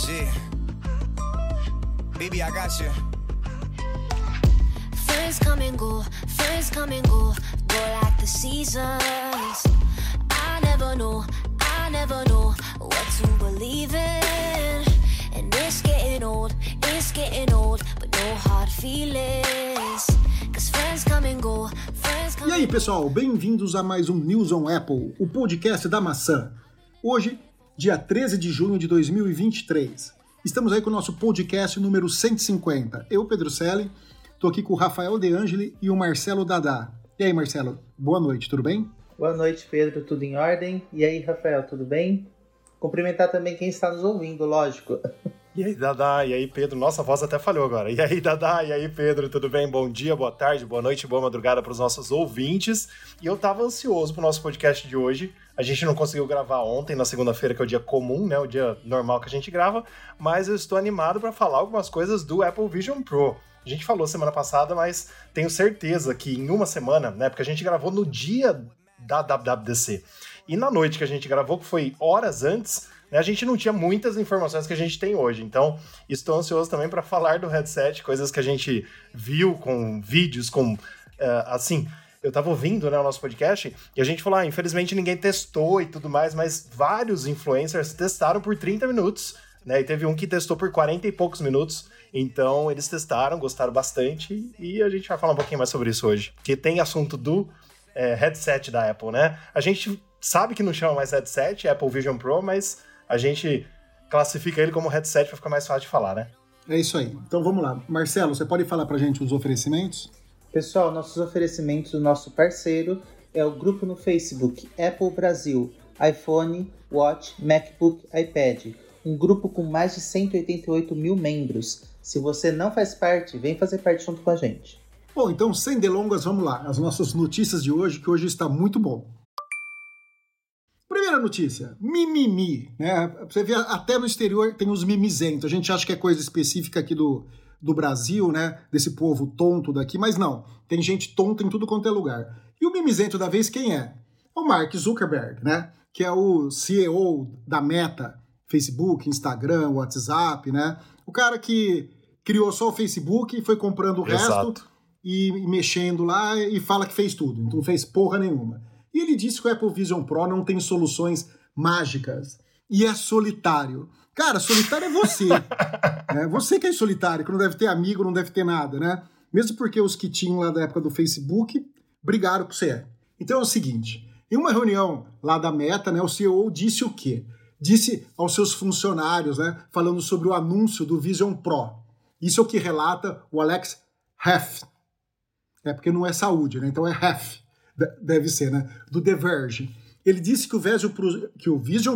Yeah. Baby, I got you. Friends come and go, go like the seasons. I never know what to believe in. And it's getting old, but no hard feelings. Cause friends come and go, E aí, pessoal, bem-vindos a mais um News on Apple, o podcast da maçã. Hoje, dia 13 de junho de 2023. Estamos aí com o nosso podcast número 150. Eu, Pedro Selle, estou aqui com o Rafael De Angeli e o Marcelo Dadá. E aí, Marcelo, boa noite, tudo bem? Boa noite, Pedro, tudo em ordem? E aí, Rafael, tudo bem? Cumprimentar também quem está nos ouvindo, lógico. E aí, Dadá, e aí, Pedro? Nossa, a voz até falhou agora. E aí, Dadá, e aí, Pedro, tudo bem? Bom dia, boa tarde, boa noite, boa madrugada para os nossos ouvintes. E eu tava ansioso pro nosso podcast de hoje. A gente não conseguiu gravar ontem, na segunda-feira, que é o dia comum, né? O dia normal que a gente grava. Mas eu estou animado para falar algumas coisas do Apple Vision Pro. A gente falou semana passada, mas tenho certeza que em uma semana, né? Porque a gente gravou no dia da WWDC. E na noite que a gente gravou, que foi horas antes, né, a gente não tinha muitas informações que a gente tem hoje. Então, estou ansioso também para falar do headset, coisas que a gente viu com vídeos, com... assim, eu estava ouvindo, né, o nosso podcast e a gente falou, infelizmente ninguém testou e tudo mais, mas vários influencers testaram por 30 minutos, né, e teve um que testou por 40 e poucos minutos. Então, eles testaram, gostaram bastante e a gente vai falar um pouquinho mais sobre isso hoje. Que tem assunto do headset da Apple, né? A gente sabe que não chama mais headset, é Apple Vision Pro, mas a gente classifica ele como headset para ficar mais fácil de falar, né? É isso aí. Então vamos lá. Marcelo, você pode falar pra gente os oferecimentos? Pessoal, nossos oferecimentos do nosso parceiro é o grupo no Facebook Apple Brasil, iPhone, Watch, MacBook, iPad. Um grupo com mais de 188 mil membros. Se você não faz parte, vem fazer parte junto com a gente. Bom, então, sem delongas, vamos lá. As nossas notícias de hoje, que hoje está muito bom. Primeira notícia, mimimi, né? Você vê, até no exterior tem os mimizentos. A gente acha que é coisa específica aqui do Brasil, né? Desse povo tonto daqui, mas não. Tem gente tonta em tudo quanto é lugar. E o mimizento da vez quem é? É o Mark Zuckerberg, né? Que é o CEO da Meta, Facebook, Instagram, WhatsApp, né? O cara que criou só o Facebook e foi comprando o resto e mexendo lá e fala que fez tudo. Então não fez porra nenhuma. E ele disse que o Apple Vision Pro não tem soluções mágicas. E é solitário. Cara, solitário é você. Né? Você que é solitário, que não deve ter amigo, não deve ter nada, né? Mesmo porque os que tinham lá da época do Facebook brigaram com você. Então é o seguinte, em uma reunião lá da Meta, né, o CEO disse o quê? Disse aos seus funcionários, né, falando sobre o anúncio do Vision Pro. Isso é o que relata o Alex Heft. É porque não é saúde, né? Então é Heft. Deve ser, né? Do The Verge. Ele disse que o Vision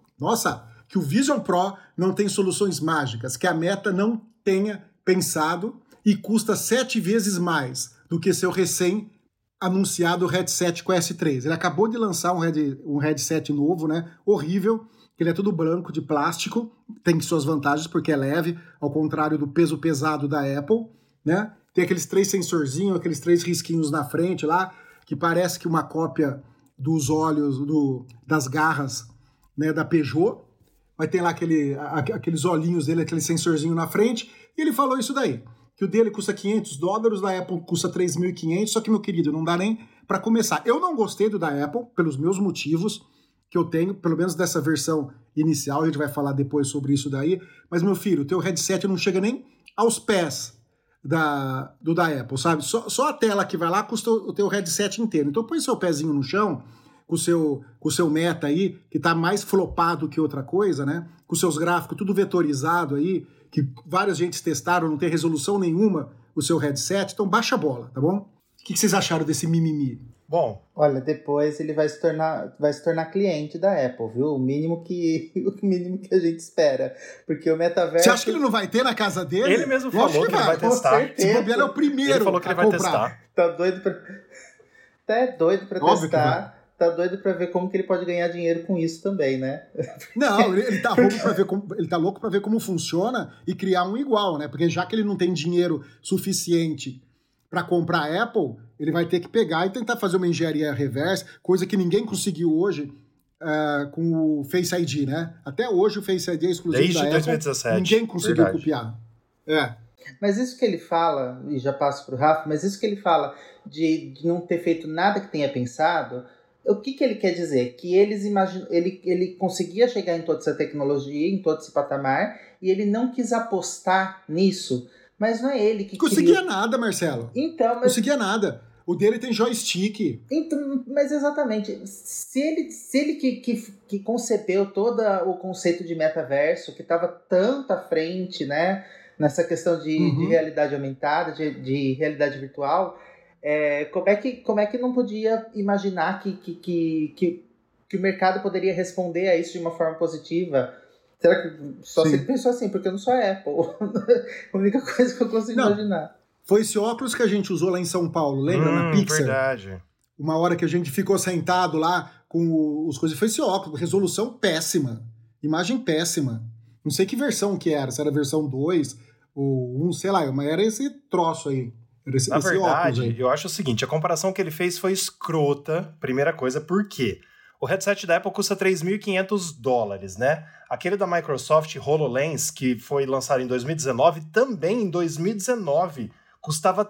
Pro não tem soluções mágicas, que a Meta não tenha pensado e custa 7 vezes mais do que seu recém-anunciado headset com S3. Ele acabou de lançar um headset novo, né? Horrível, que ele é todo branco, de plástico, tem suas vantagens porque é leve, ao contrário do peso pesado da Apple, né? Tem aqueles 3 sensorzinhos, aqueles 3 risquinhos na frente lá, que parece que uma cópia dos olhos, das garras, né, da Peugeot. Vai ter lá aqueles olhinhos dele, aquele sensorzinho na frente, e ele falou isso daí, que o dele custa $500, da Apple custa 3.500, só que, meu querido, não dá nem para começar. Eu não gostei do da Apple, pelos meus motivos que eu tenho, pelo menos dessa versão inicial, a gente vai falar depois sobre isso daí, mas, meu filho, o teu headset não chega nem aos pés da Apple, sabe? Só a tela que vai lá custa o teu headset inteiro. Então põe seu pezinho no chão, com o seu Meta aí, que tá mais flopado que outra coisa, né? Com seus gráficos tudo vetorizado aí, que várias gentes testaram, não tem resolução nenhuma o seu headset, então baixa a bola, tá bom? O que vocês acharam desse mimimi? Bom, olha, depois ele vai se tornar cliente da Apple, viu? O mínimo que a gente espera. Porque o metaverso... Você acha que ele não vai ter na casa dele? Ele mesmo falou que ele vai testar. Se bobear, é o primeiro. Ele falou que ele vai testar. Tá doido pra testar. Tá doido pra ver como que ele pode ganhar dinheiro com isso também, né? Não, ele tá louco pra ver como funciona e criar um igual, né? Porque já que ele não tem dinheiro suficiente para comprar a Apple, ele vai ter que pegar e tentar fazer uma engenharia reversa, coisa que ninguém conseguiu hoje com o Face ID, né? Até hoje o Face ID é exclusivo Desde da 2017. Apple. Ninguém conseguiu Verdade. copiar. Mas isso que ele fala, e já passo pro Rafa, mas isso que ele fala de não ter feito nada que tenha pensado, o que ele quer dizer? Que ele conseguia chegar em toda essa tecnologia, em todo esse patamar, e ele não quis apostar nisso. Mas não é ele que conseguia nada, Marcelo. Então, mas... Conseguia nada. O dele tem joystick. Então, mas exatamente. Se ele que concebeu todo o conceito de metaverso, que estava tanto à frente, né, nessa questão de realidade aumentada, de realidade virtual, como é que não podia imaginar que o mercado poderia responder a isso de uma forma positiva? Será que só se ele pensou assim? Porque eu não sou a Apple. A única coisa que eu consigo imaginar. Foi esse óculos que a gente usou lá em São Paulo, lembra? Na Pixar. Verdade. Uma hora que a gente ficou sentado lá com os coisas. Foi esse óculos, resolução péssima. Imagem péssima. Não sei que versão que era, se era a versão 2 ou 1, sei lá, mas era esse troço aí. Era esse, Na esse verdade, óculos aí. eu acho o seguinte, a comparação que ele fez foi escrota, primeira coisa, por quê? O headset da Apple custa $3.500, né? Aquele da Microsoft, HoloLens, que foi lançado em 2019, também em 2019 custava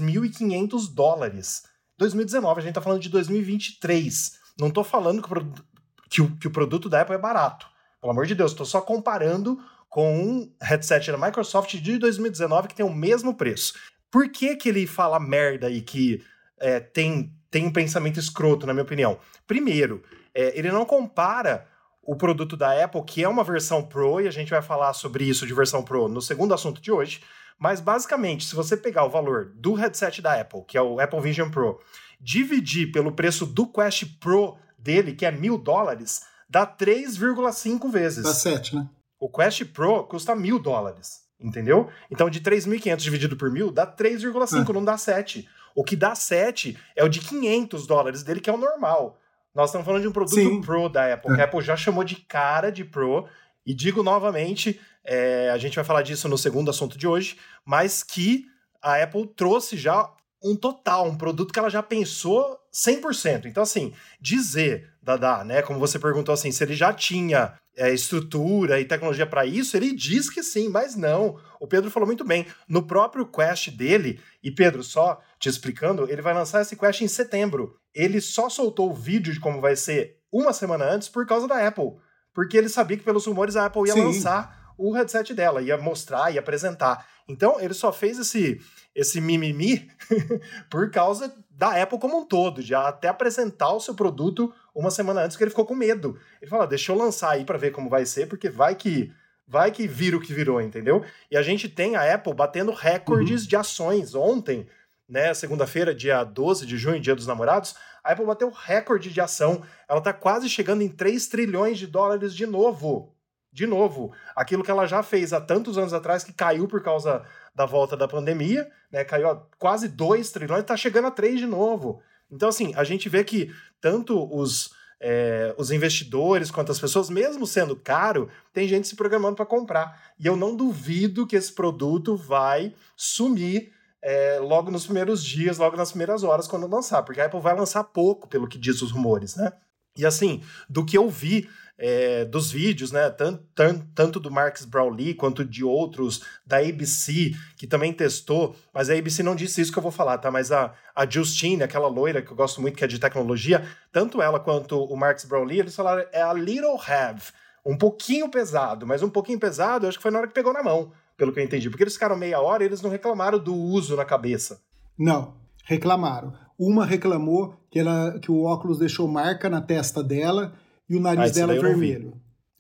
$3.500. 2019, a gente tá falando de 2023. Não tô falando que o produto da Apple é barato. Pelo amor de Deus, tô só comparando com um headset da Microsoft de 2019 que tem o mesmo preço. Por que ele fala merda e que tem um pensamento escroto, na minha opinião? Primeiro, ele não compara o produto da Apple, que é uma versão Pro, e a gente vai falar sobre isso de versão Pro no segundo assunto de hoje, mas basicamente, se você pegar o valor do headset da Apple, que é o Apple Vision Pro, dividir pelo preço do Quest Pro dele, que é $1.000, dá 3,5 vezes. Dá 7, né? O Quest Pro custa $1.000, entendeu? Então, de 3.500 dividido por 1.000, dá 3,5, não dá 7. O que dá 7 é o de $500 dele, que é o normal. Nós estamos falando de um produto Pro da Apple, que a Apple já chamou de cara de Pro, e digo novamente, a gente vai falar disso no segundo assunto de hoje, mas que a Apple trouxe já um produto que ela já pensou 100%. Então, assim, dizer, Dadá, né, como você perguntou assim, se ele já tinha estrutura e tecnologia para isso, ele diz que sim, mas não. O Pedro falou muito bem. No próprio Quest dele, e Pedro, só te explicando, ele vai lançar esse Quest em setembro. Ele só soltou o vídeo de como vai ser uma semana antes por causa da Apple. Porque ele sabia que pelos rumores a Apple ia lançar o headset dela, ia mostrar, ia apresentar. Então, ele só fez esse mimimi por causa da Apple como um todo, de até apresentar o seu produto uma semana antes, porque ele ficou com medo. Ele falou, deixa eu lançar aí pra ver como vai ser, porque vai que vira o que virou, entendeu? E a gente tem a Apple batendo recordes de ações. Ontem, né, segunda-feira, dia 12 de junho, dia dos namorados, a Apple bateu recorde de ação. Ela tá quase chegando em $3 trilhões de novo. De novo. Aquilo que ela já fez há tantos anos atrás, que caiu por causa da volta da pandemia, né, caiu a quase 2 trilhões, tá chegando a 3 de novo. Então, assim, a gente vê que tanto os investidores quanto as pessoas, mesmo sendo caro, tem gente se programando para comprar. E eu não duvido que esse produto vai sumir logo nos primeiros dias, logo nas primeiras horas, quando lançar, porque a Apple vai lançar pouco, pelo que diz os rumores, né? E assim, do que eu vi dos vídeos, né, tanto do Marques Brownlee quanto de outros da ABC, que também testou, mas a ABC não disse isso que eu vou falar, tá? Mas a Justine, aquela loira que eu gosto muito, que é de tecnologia, tanto ela quanto o Marques Brownlee, eles falaram, a little heavy, um pouquinho pesado, mas um pouquinho pesado, eu acho que foi na hora que pegou na mão, pelo que eu entendi, porque eles ficaram meia hora e eles não reclamaram do uso na cabeça. Não, reclamaram. Uma reclamou que o óculos deixou marca na testa dela e o nariz dela vermelho.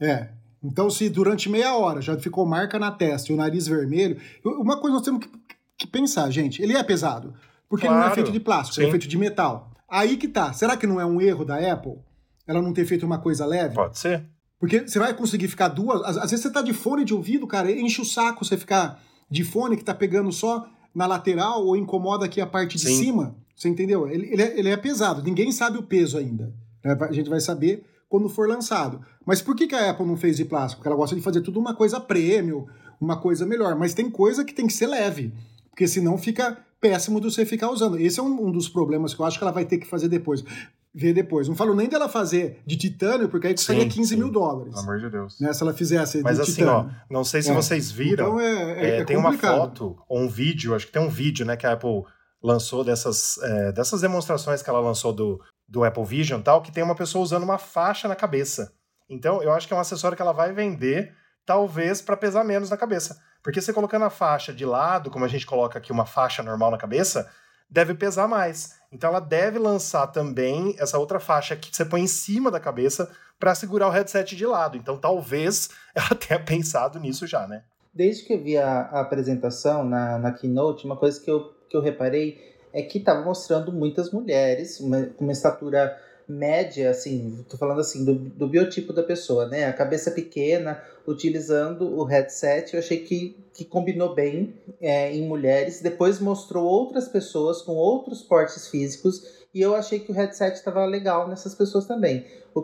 Então, se durante meia hora já ficou marca na testa e o nariz vermelho, uma coisa nós temos que pensar, gente, ele é pesado, porque ele não é feito de plástico, ele é feito de metal. Aí que tá, será que não é um erro da Apple? Ela não ter feito uma coisa leve? Pode ser. Porque você vai conseguir ficar duas... Às vezes você tá de fone de ouvido, cara, enche o saco você ficar de fone que tá pegando só na lateral ou incomoda aqui a parte de cima. Você entendeu? Ele é pesado. Ninguém sabe o peso ainda. Né? A gente vai saber quando for lançado. Mas por que a Apple não fez de plástico? Porque ela gosta de fazer tudo uma coisa premium, uma coisa melhor. Mas tem coisa que tem que ser leve. Porque senão fica péssimo de você ficar usando. Esse é um dos problemas que eu acho que ela vai ter que fazer depois. ver depois. Não falo nem dela fazer de titânio, porque aí custaria $15 mil. Pelo amor de Deus. Né, se ela fizesse mas de assim, titânio. Não sei se vocês viram, então tem uma foto ou um vídeo, acho que tem um vídeo, né, que a Apple lançou dessas demonstrações que ela lançou do Apple Vision e tal, que tem uma pessoa usando uma faixa na cabeça. Então, eu acho que é um acessório que ela vai vender, talvez, para pesar menos na cabeça. Porque você colocando a faixa de lado, como a gente coloca aqui uma faixa normal na cabeça, deve pesar mais. Então ela deve lançar também essa outra faixa que você põe em cima da cabeça para segurar o headset de lado. Então talvez ela tenha pensado nisso já, né? Desde que eu vi a apresentação na Keynote, uma coisa que eu reparei é que estava mostrando muitas mulheres, com uma estatura média, assim, tô falando assim, do biotipo da pessoa, né? A cabeça pequena, utilizando o headset, eu achei que combinou bem em mulheres. Depois mostrou outras pessoas com outros portes físicos e eu achei que o headset estava legal nessas pessoas também.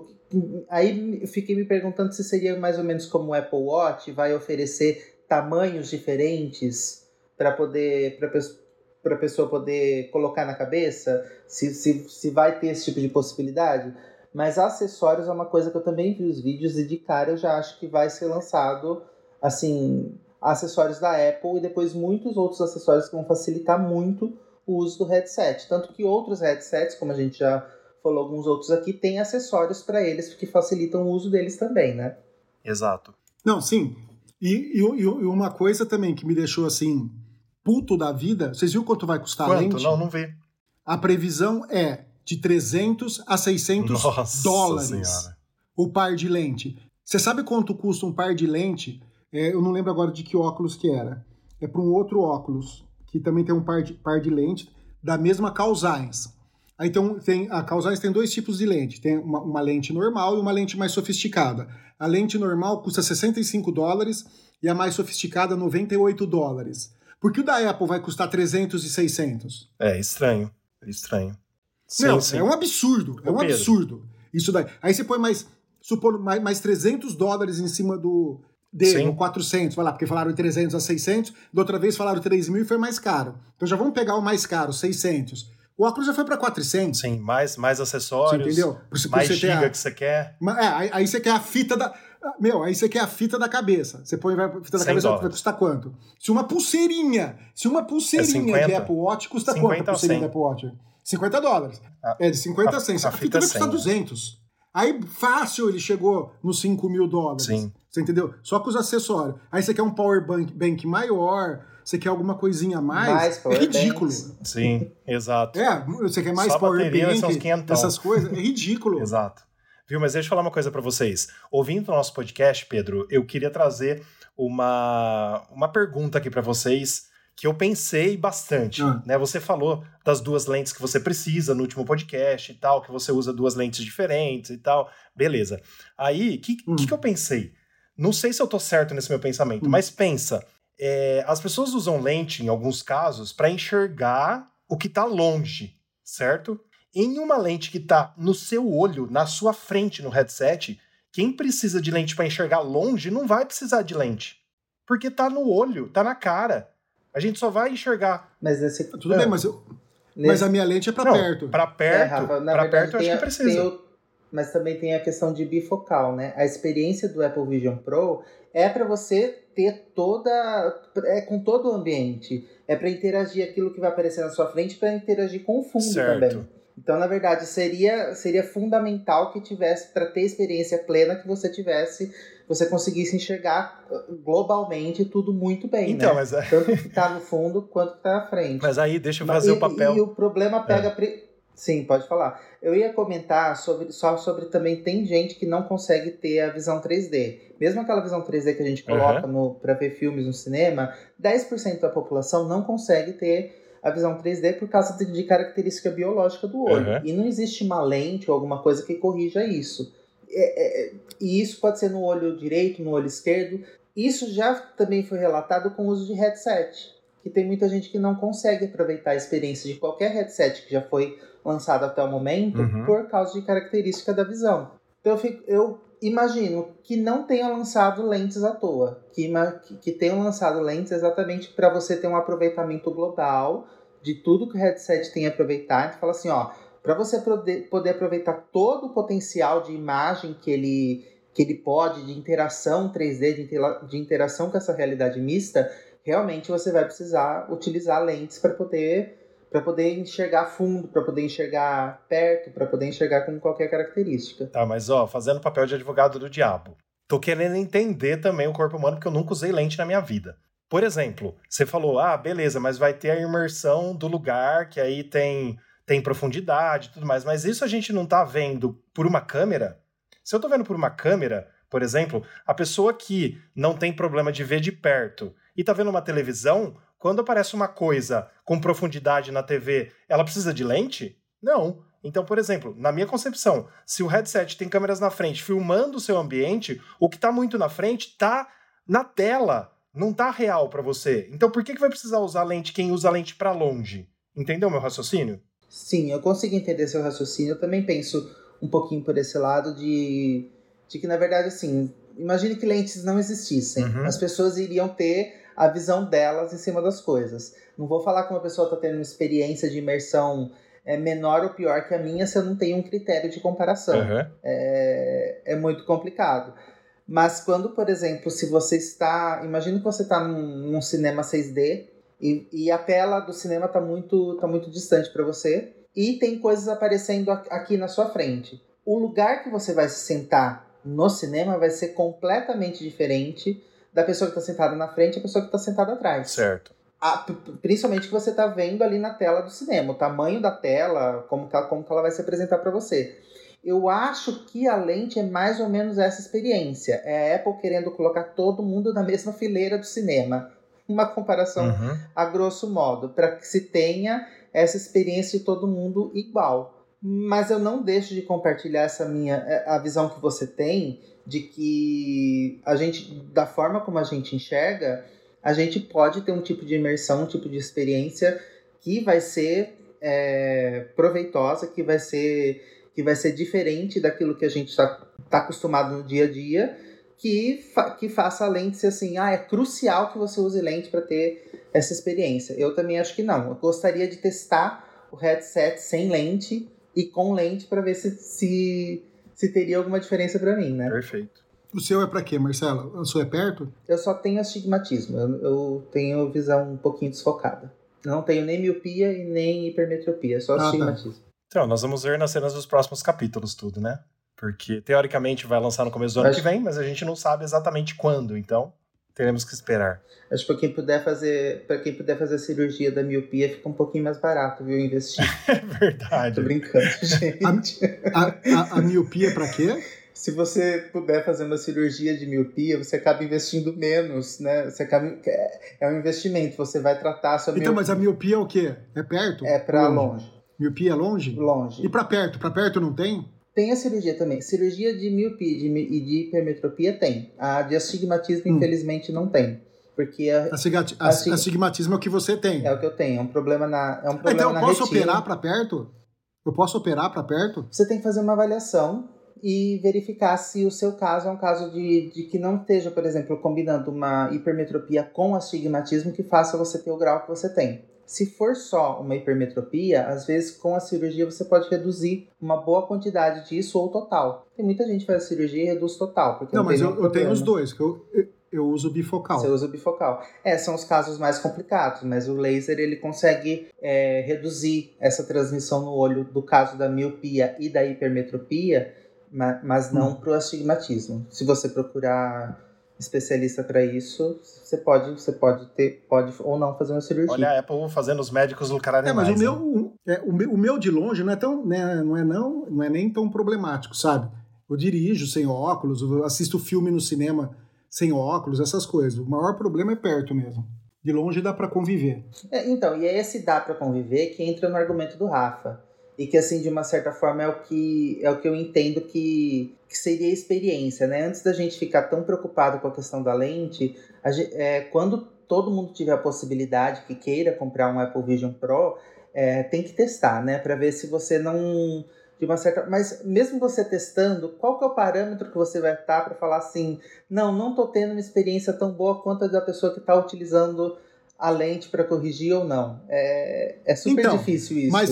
Aí eu fiquei me perguntando se seria mais ou menos como o Apple Watch, vai oferecer tamanhos diferentes para a pessoa poder colocar na cabeça, se vai ter esse tipo de possibilidade. Mas acessórios é uma coisa que eu também vi os vídeos e de cara eu já acho que vai ser lançado, assim, acessórios da Apple e depois muitos outros acessórios que vão facilitar muito o uso do headset. Tanto que outros headsets, como a gente já falou alguns outros aqui, tem acessórios para eles que facilitam o uso deles também, né? Exato. Não, sim. E uma coisa também que me deixou assim puto da vida, vocês viram quanto vai custar a lente? Não vi. A previsão é de $300 a $600 Senhora. O par de lente. Você sabe quanto custa um par de lente? Eu não lembro agora de que óculos que era. É para um outro óculos, que também tem um par de lente da mesma Causines. Aí então, a Causines tem dois tipos de lente. Tem uma lente normal e uma lente mais sofisticada. A lente normal custa $65 e a mais sofisticada $98. Por que o da Apple vai custar 300 e 600? É estranho. Sim, Não, sim. é um absurdo. É um Pedro. absurdo. Isso daí. Aí você põe mais $300 em cima dele, 400, vai lá, porque falaram 300 a 600, da outra vez falaram 3 mil e foi mais caro. Então já vamos pegar o mais caro, 600. O óculos já foi para 400. Sim, mais acessórios. Você entendeu? Mais giga que você quer. Aí você quer a fita da... aí você quer a fita da cabeça. Você põe a fita da cabeça, vai custar quanto? Se uma pulseirinha de Apple Watch custa quanto a pulseirinha da Apple Watch? $50. De 50 a 100. A fita vai custar 200. Aí, fácil, ele chegou nos $5 mil. Sim. Você entendeu? Só com os acessórios. Aí você quer um power bank maior, você quer alguma coisinha a mais. É ridículo. Sim, exato. Você quer mais só power bank, essas coisas. É ridículo. Exato. Viu, mas deixa eu falar uma coisa pra vocês. Ouvindo o nosso podcast, Pedro, eu queria trazer uma pergunta aqui pra vocês que eu pensei bastante, né? Você falou das duas lentes que você precisa no último podcast e tal, que você usa duas lentes diferentes e tal. Beleza. Aí, o que eu pensei? Não sei se eu tô certo nesse meu pensamento, mas pensa, as pessoas usam lente, em alguns casos, para enxergar o que tá longe, certo? Em uma lente que tá no seu olho, na sua frente, no headset, quem precisa de lente para enxergar longe não vai precisar de lente. Porque tá no olho, tá na cara. A gente só vai enxergar. Mas tudo bem, mas a minha lente é para perto. Para perto, Rafa, para perto eu acho que precisa. Mas também tem a questão de bifocal, né? A experiência do Apple Vision Pro é para você ter com todo o ambiente. É para interagir aquilo que vai aparecer na sua frente, para interagir com o fundo também. Então, na verdade, seria fundamental que tivesse, para ter experiência plena, que você conseguisse enxergar globalmente tudo muito bem, então, né? Tanto que tá no fundo quanto que tá na frente. Mas aí, deixa eu fazer o papel. E o problema pega... Sim, pode falar. Eu ia comentar sobre também, tem gente que não consegue ter a visão 3D. Mesmo aquela visão 3D que a gente coloca para ver filmes no cinema, 10% da população não consegue ter a visão 3D por causa de característica biológica do olho. E não existe uma lente ou alguma coisa que corrija isso. E isso pode ser no olho direito, no olho esquerdo. Isso já também foi relatado com o uso de headset. Que tem muita gente que não consegue aproveitar a experiência de qualquer headset que já foi lançado até o momento por causa de característica da visão. Então eu imagino que não tenham lançado lentes à toa. Que tenham lançado lentes exatamente para você ter um aproveitamento global de tudo que o headset tem a aproveitar. Então fala assim, para você poder aproveitar todo o potencial de imagem que ele pode, de interação 3D, de interação com essa realidade mista, realmente você vai precisar utilizar lentes para poder enxergar fundo, para poder enxergar perto, para poder enxergar com qualquer característica. Tá, mas fazendo papel de advogado do diabo. Tô querendo entender também o corpo humano, porque eu nunca usei lente na minha vida. Por exemplo, você falou, beleza, mas vai ter a imersão do lugar, que aí tem profundidade e tudo mais, mas isso a gente não tá vendo por uma câmera? Se eu tô vendo por uma câmera, por exemplo, a pessoa que não tem problema de ver de perto e tá vendo uma televisão, quando aparece uma coisa com profundidade na TV, ela precisa de lente? Não. Então, por exemplo, na minha concepção, se o headset tem câmeras na frente filmando o seu ambiente, o que tá muito na frente tá na tela, não tá real para você. Então, por que vai precisar usar lente quem usa lente para longe? Entendeu meu raciocínio? Sim, eu consigo entender seu raciocínio. Eu também penso um pouquinho por esse lado de que, na verdade, assim, imagine que lentes não existissem. As pessoas iriam ter a visão delas em cima das coisas. Não vou falar que uma pessoa está tendo uma experiência de imersão menor ou pior que a minha se eu não tenho um critério de comparação. É muito complicado. Mas quando, por exemplo, se você está... Imagina que você está num cinema 6D e a tela do cinema está muito distante para você e tem coisas aparecendo aqui na sua frente. O lugar que você vai se sentar no cinema vai ser completamente diferente da pessoa que está sentada na frente e a pessoa que está sentada atrás. Certo. Principalmente que você está vendo ali na tela do cinema, o tamanho da tela, como que ela vai se apresentar para você. Eu acho que a lente é mais ou menos essa experiência. É a Apple querendo colocar todo mundo na mesma fileira do cinema. Uma comparação a grosso modo, para que se tenha essa experiência de todo mundo igual. Mas eu não deixo de compartilhar a visão que você tem de que a gente, da forma como a gente enxerga, a gente pode ter um tipo de imersão, um tipo de experiência que vai ser proveitosa, que vai ser diferente daquilo que a gente está acostumado no dia a dia, que faça a lente ser assim, é crucial que você use lente para ter essa experiência. Eu também acho que não. Eu gostaria de testar o headset sem lente e com lente para ver se teria alguma diferença para mim, né? Perfeito. O seu é para quê, Marcelo? O seu é perto? Eu só tenho astigmatismo. Eu tenho visão um pouquinho desfocada. Não tenho nem miopia e nem hipermetropia, só astigmatismo. Tá. Então, nós vamos ver nas cenas dos próximos capítulos tudo, né? Porque, teoricamente, vai lançar no começo do ano que vem, mas a gente não sabe exatamente quando, então teremos que esperar. Acho que para quem puder fazer a cirurgia da miopia, fica um pouquinho mais barato, viu, investir. É verdade. Tô brincando, gente. A miopia para quê? Se você puder fazer uma cirurgia de miopia, você acaba investindo menos, né? É um investimento, você vai tratar a sua miopia. Então, mas a miopia é o quê? É perto? É para longe. Miopia é longe? Longe. E para perto? Para perto não tem? Tem a cirurgia também. Cirurgia de miopia e de hipermetropia tem. A de astigmatismo, infelizmente, não tem. Porque astigmatismo é o que você tem. É o que eu tenho. É um problema na retina. Então, eu posso operar para perto? Eu posso operar para perto? Você tem que fazer uma avaliação e verificar se o seu caso é um caso de que não esteja, por exemplo, combinando uma hipermetropia com astigmatismo que faça você ter o grau que você tem. Se for só uma hipermetropia, às vezes com a cirurgia você pode reduzir uma boa quantidade disso ou total. Tem muita gente que faz a cirurgia e reduz total. Porque não, mas eu tenho os dois, que eu uso bifocal. Você usa bifocal. São os casos mais complicados, mas o laser ele consegue reduzir essa transmissão no olho do caso da miopia e da hipermetropia, mas não para o astigmatismo. Se você procurar especialista para isso, você pode ou não fazer uma cirurgia. Olha a Apple fazendo os médicos lucrarem mais. Mas o meu de longe não é tão, né, não é nem tão problemático, sabe? Eu dirijo sem óculos, eu assisto filme no cinema sem óculos, essas coisas. O maior problema é perto mesmo. De longe dá para conviver. Então, e é esse dá para conviver que entra no argumento do Rafa. E que, assim, de uma certa forma é o que eu entendo que seria a experiência, né? Antes da gente ficar tão preocupado com a questão da lente, quando todo mundo tiver a possibilidade que queira comprar um Apple Vision Pro, tem que testar, né? Para ver se você não... Mas mesmo você testando, qual que é o parâmetro que você vai estar para falar assim, não tô tendo uma experiência tão boa quanto a da pessoa que está utilizando a lente para corrigir ou não? É super difícil isso.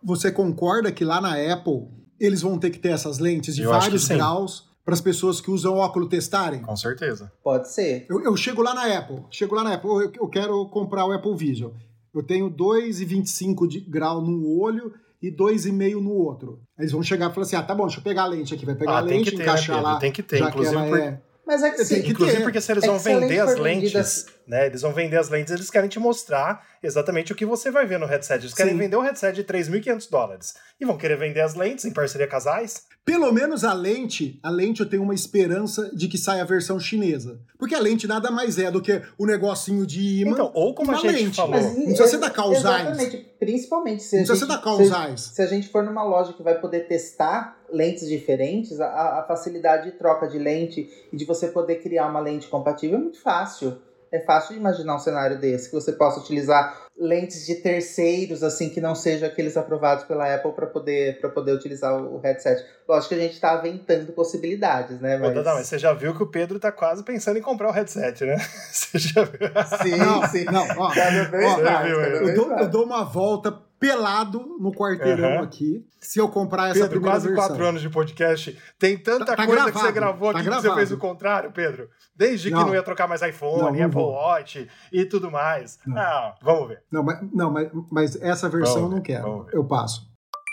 você concorda que lá na Apple eles vão ter que ter essas lentes de Eu acho que vários sim. graus para as pessoas que usam óculos testarem? Com certeza. Pode ser. Eu chego lá na Apple, eu quero comprar o Apple Vision. Eu tenho 2,25 de grau num olho e 2,5 no outro. Eles vão chegar e falar assim, tá bom, deixa eu pegar a lente aqui. Vai pegar a tem lente, que ter, encaixar né, Pedro? lá. Tem que ter, já inclusive que ela é... Mas é que Tem sim. que Inclusive ter. porque se eles É vão que se a lente vender as for vendida- lentes, né? Eles vão vender as lentes, eles querem te mostrar exatamente o que você vai ver no headset. Eles querem Sim. vender o headset de $3.500 e vão querer vender as lentes em parceria com as Zeiss. Pelo menos a lente eu tenho uma esperança de que saia a versão chinesa. Porque a lente nada mais é do que o negocinho de imã. Então, ou como a uma gente lente. falou. Mas, Não precisa ser da Carl Zeiss. Exatamente. Principalmente se Não precisa ser da Carl Zeiss. se a gente for numa loja que vai poder testar lentes diferentes, a facilidade de troca de lente e de você poder criar uma lente compatível é muito fácil. É fácil de imaginar um cenário desse, que você possa utilizar lentes de terceiros, assim, que não sejam aqueles aprovados pela Apple para poder utilizar o headset. Lógico que a gente está aventando possibilidades, né? Mas você já viu que o Pedro tá quase pensando em comprar o headset, né? Você já viu? Sim. Não, ó, Cada vez ó, mais, viu, cada vez eu mais. dou uma volta pelado no quarteirão aqui, se eu comprar essa Pedro, primeira quase versão. 4 anos de podcast. Tem tanta Tá coisa que gravado, você gravou tá aqui que você gravado. fez o contrário, Pedro. Desde que Não. não ia trocar mais iPhone, Não Apple vou. Watch e tudo mais. Não. Vamos ver. Mas essa versão eu Vamos não ver, quero. vamos ver. Eu passo.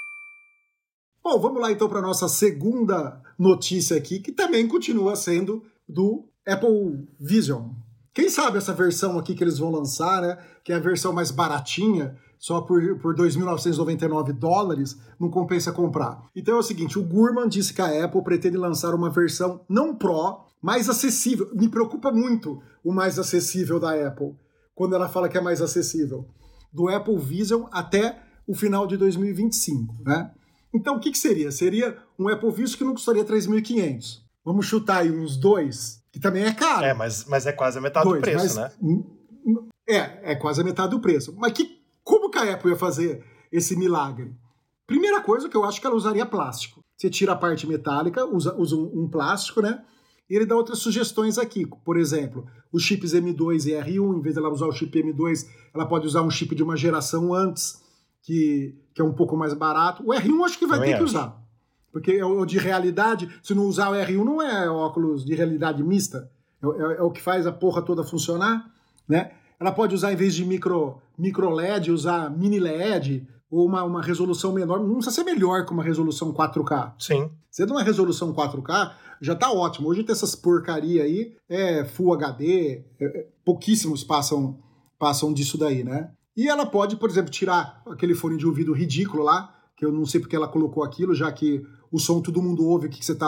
Bom, vamos lá então para nossa segunda notícia aqui, que também continua sendo do Apple Vision. Quem sabe essa versão aqui que eles vão lançar, né? Que é a versão mais baratinha, só por $2.999, não compensa comprar. Então é o seguinte, o Gurman disse que a Apple pretende lançar uma versão não Pro, mais acessível. Me preocupa muito o mais acessível da Apple, quando ela fala que é mais acessível. Do Apple Vision até o final de 2025, né? Então o que seria? Seria um Apple Vision que não custaria $3.500. Vamos chutar aí uns 2, que também é caro. Mas é quase a metade do preço, né? É quase a metade do preço. Mas como que a Apple ia fazer esse milagre? Primeira coisa que eu acho que ela usaria plástico. Você tira a parte metálica, usa um plástico, né? E ele dá outras sugestões aqui. Por exemplo, os chips M2 e R1, em vez de ela usar o chip M2, ela pode usar um chip de uma geração antes, que é um pouco mais barato. O R1 acho que vai ter que usar. Porque é o de realidade, se não usar o R1 não é óculos de realidade mista. É o que faz a porra toda funcionar, né? Ela pode usar, em vez de micro LED, usar mini LED, ou uma resolução menor. Não precisa ser melhor que uma resolução 4K. Sim. Se é de uma resolução 4K, já tá ótimo. Hoje tem essas porcaria aí, Full HD, pouquíssimos passam disso daí, né? E ela pode, por exemplo, tirar aquele fone de ouvido ridículo lá, que eu não sei porque ela colocou aquilo, já que o som todo mundo ouve o que você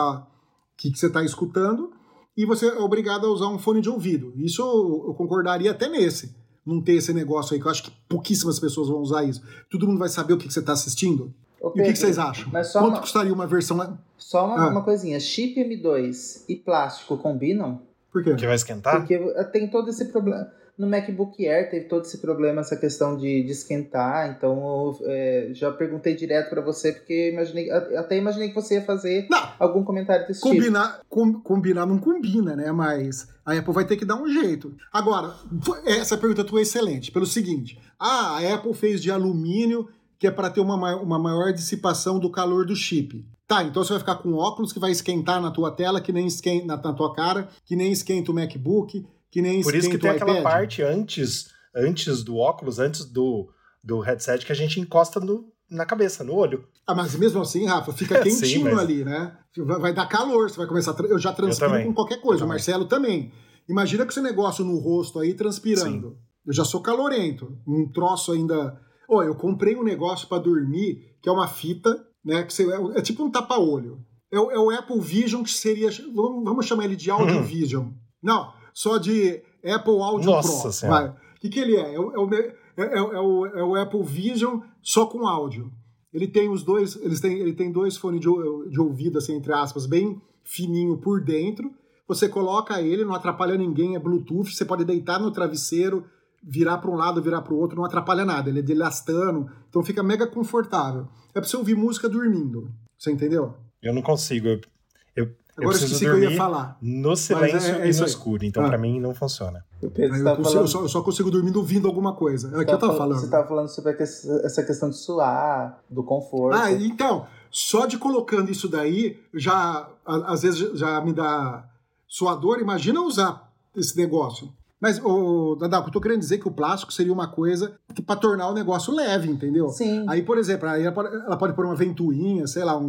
tá escutando, e você é obrigado a usar um fone de ouvido. Isso eu concordaria até nesse. Não ter esse negócio aí, que eu acho que pouquíssimas pessoas vão usar isso. Todo mundo vai saber o que você está assistindo. Ô, Pedro, e o que vocês acham? Quanto custaria uma versão... Só uma coisinha. Chip M2 e plástico combinam? Por quê? Que vai esquentar? Porque tem todo esse problema. No MacBook Air teve todo esse problema, essa questão de esquentar. Então, já perguntei direto para você, porque até imaginei que você ia fazer algum comentário desse tipo. Combinar não combina, né? Mas a Apple vai ter que dar um jeito. Agora, essa pergunta tua é excelente. Pelo seguinte, a Apple fez de alumínio, que é para ter uma maior dissipação do calor do chip. Tá, então você vai ficar com óculos que vai esquentar na tua tela, que nem esquenta na tua cara, que nem esquenta o MacBook, que nem Por esquenta isso que tem o aquela iPad. parte antes do óculos, antes do headset, que a gente encosta na cabeça, no olho. Mas mesmo assim, Rafa, fica quentinho Sim, mas... ali, né? Vai dar calor, você vai começar... Eu já transpiro com qualquer coisa, o Marcelo também. Imagina com esse negócio no rosto aí, transpirando. Sim. Eu já sou calorento. Um troço ainda... eu comprei um negócio para dormir, que é uma fita, né? Que é tipo um tapa-olho. É o Apple Vision, que seria... Vamos chamar ele de Audio Vision. Não, só de Apple Audio Pro. Nossa Senhora. O que ele é? É o Apple Vision só com áudio. Ele tem ele tem dois fones de ouvido, assim, entre aspas, bem fininho por dentro. Você coloca ele, não atrapalha ninguém, é Bluetooth, você pode deitar no travesseiro, virar para um lado, virar para o outro, não atrapalha nada. Ele é delastano, então fica mega confortável. É para você ouvir música dormindo. Você entendeu? Eu não consigo. Eu preciso dormir que eu ia falar. No silêncio e no escuro. Então, pra mim, não funciona. Eu só consigo dormir ouvindo alguma coisa. É o que eu tava falando. Você tava falando sobre essa questão de suar, do conforto. Então, só de colocando isso daí, às vezes já me dá suador. Imagina usar esse negócio. Mas, Dadá, eu tô querendo dizer que o plástico seria uma coisa para tornar o negócio leve, entendeu? Sim. Aí, por exemplo, ela pode pôr uma ventoinha, sei lá,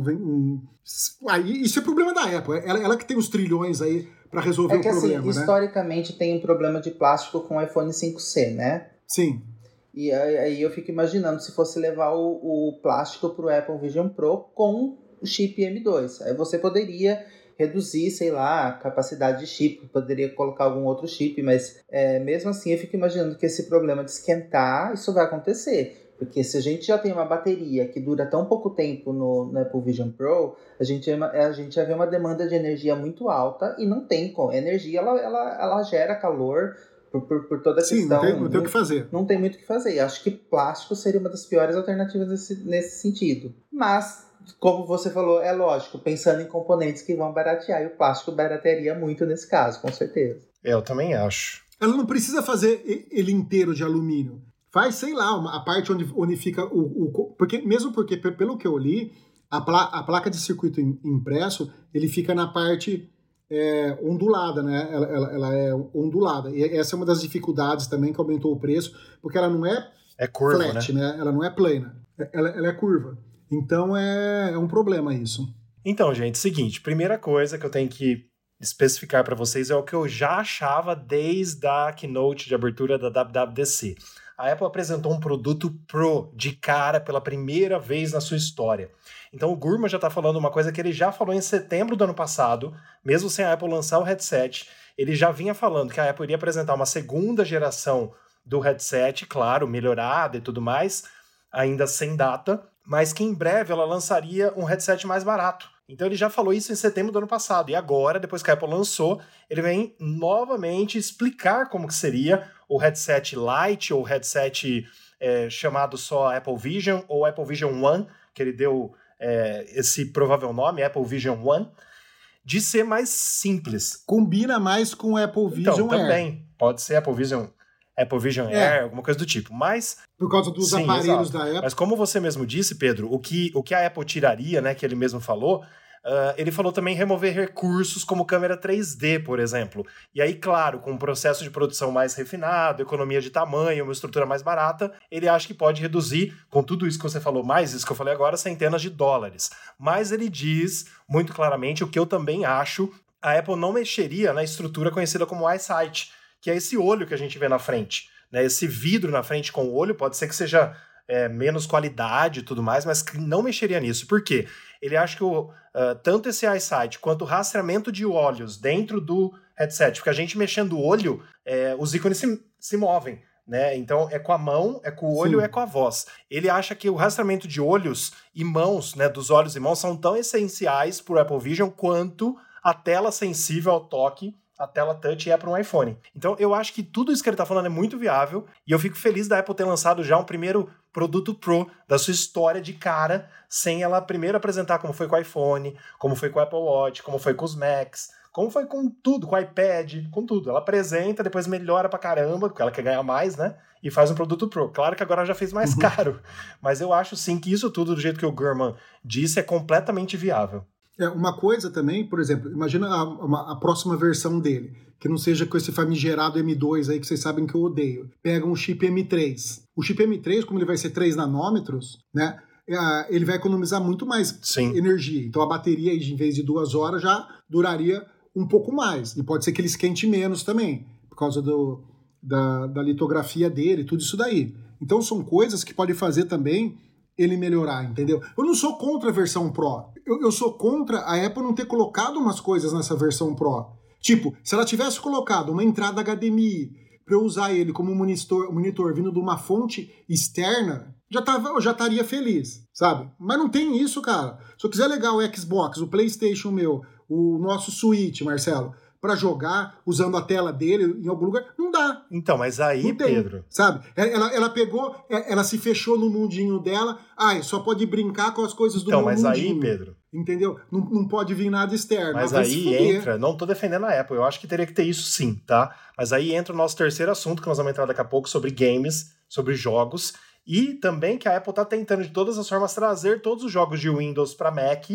Aí, isso é problema da Apple. Ela que tem os trilhões aí para resolver o problema, assim, historicamente tem um problema de plástico com o iPhone 5C, né? Sim. E aí eu fico imaginando se fosse levar o plástico pro Apple Vision Pro com o chip M2. Aí você poderia reduzir, sei lá, a capacidade de chip, poderia colocar algum outro chip, mas mesmo assim eu fico imaginando que esse problema de esquentar, isso vai acontecer. Porque se a gente já tem uma bateria que dura tão pouco tempo no Apple Vision Pro, a gente já vê uma demanda de energia muito alta e não tem como. A energia, ela gera calor por toda a questão. Sim, não tem o que fazer. Não tem muito o que fazer. Acho que plástico seria uma das piores alternativas nesse sentido. Mas, como você falou, é lógico, pensando em componentes que vão baratear, e o plástico baratearia muito nesse caso, com certeza. Eu também acho. Ela não precisa fazer ele inteiro de alumínio. Faz, sei lá, a parte onde fica porque pelo que eu li, a placa de circuito impresso, ele fica na parte ondulada, né? Ela é ondulada. E essa é uma das dificuldades também que aumentou o preço, porque ela não é curva, flat, né? Ela não é plana. Ela é curva. Então é um problema isso. Então, gente, seguinte, primeira coisa que eu tenho que especificar para vocês é o que eu já achava desde a keynote de abertura da WWDC. A Apple apresentou um produto Pro de cara pela primeira vez na sua história. Então o Gurman já está falando uma coisa que ele já falou em setembro do ano passado, mesmo sem a Apple lançar o headset, ele já vinha falando que a Apple iria apresentar uma segunda geração do headset, claro, melhorada e tudo mais, ainda sem data, mas que em breve ela lançaria um headset mais barato. Então ele já falou isso em setembro do ano passado, e agora, depois que a Apple lançou, ele vem novamente explicar como que seria o headset Lite, ou headset chamado só Apple Vision, ou Apple Vision One, que ele deu esse provável nome, Apple Vision One, de ser mais simples. Combina mais com o Apple Vision então, também, pode ser Apple Vision Air, alguma coisa do tipo, mas... Por causa dos aparelhos da Apple. Mas como você mesmo disse, Pedro, o que a Apple tiraria, né, que ele mesmo falou, ele falou também remover recursos como câmera 3D, por exemplo. E aí, claro, com um processo de produção mais refinado, economia de tamanho, uma estrutura mais barata, ele acha que pode reduzir, com tudo isso que você falou, mais isso que eu falei agora, centenas de dólares. Mas ele diz, muito claramente, o que eu também acho, a Apple não mexeria na estrutura conhecida como EyeSight, que é esse olho que a gente vê na frente, né? Esse vidro na frente com o olho, pode ser que seja menos qualidade e tudo mais, mas que não mexeria nisso. Por quê? Ele acha que tanto esse EyeSight quanto o rastreamento de olhos dentro do headset, porque a gente mexendo o olho, os ícones se movem, né? Então é com a mão, é com o olho, é com a voz. Ele acha que o rastreamento de olhos e mãos, né, dos olhos e mãos, são tão essenciais para o Apple Vision quanto a tela sensível ao toque, a tela touch para um iPhone. Então eu acho que tudo isso que ele está falando é muito viável, e eu fico feliz da Apple ter lançado já um primeiro produto Pro da sua história de cara, sem ela primeiro apresentar como foi com o iPhone, como foi com o Apple Watch, como foi com os Macs, como foi com tudo, com o iPad, com tudo. Ela apresenta, depois melhora pra caramba, porque ela quer ganhar mais, né? E faz um produto Pro. Claro que agora ela já fez mais caro, mas eu acho sim que isso tudo, do jeito que o Gurman disse, é completamente viável. Uma coisa também, por exemplo, imagina a próxima versão dele, que não seja com esse famigerado M2 aí que vocês sabem que eu odeio. Pega um chip M3. O chip M3, como ele vai ser 3 nanômetros, né, ele vai economizar muito mais energia. Então a bateria, em vez de 2 horas, já duraria um pouco mais. E pode ser que ele esquente menos também, por causa da litografia dele, tudo isso daí. Então são coisas que podem fazer também ele melhorar, entendeu? Eu não sou contra a versão Pro. Eu sou contra a Apple não ter colocado umas coisas nessa versão Pro. Tipo, se ela tivesse colocado uma entrada HDMI para eu usar ele como monitor vindo de uma fonte externa, eu já estaria feliz, sabe? Mas não tem isso, cara. Se eu quiser ligar o Xbox, o PlayStation meu, o nosso Switch, Marcelo, para jogar usando a tela dele em algum lugar. Não dá. Então, mas aí, Não tem, Pedro... sabe? Ela pegou, ela se fechou no mundinho dela, só pode brincar com as coisas do meu mundinho. Então, mas aí, Pedro... Entendeu? Não pode vir nada externo. Mas aí entra, não tô defendendo a Apple, eu acho que teria que ter isso sim, tá? Mas aí entra o nosso terceiro assunto, que nós vamos entrar daqui a pouco, sobre games, sobre jogos, e também que a Apple tá tentando de todas as formas trazer todos os jogos de Windows para Mac,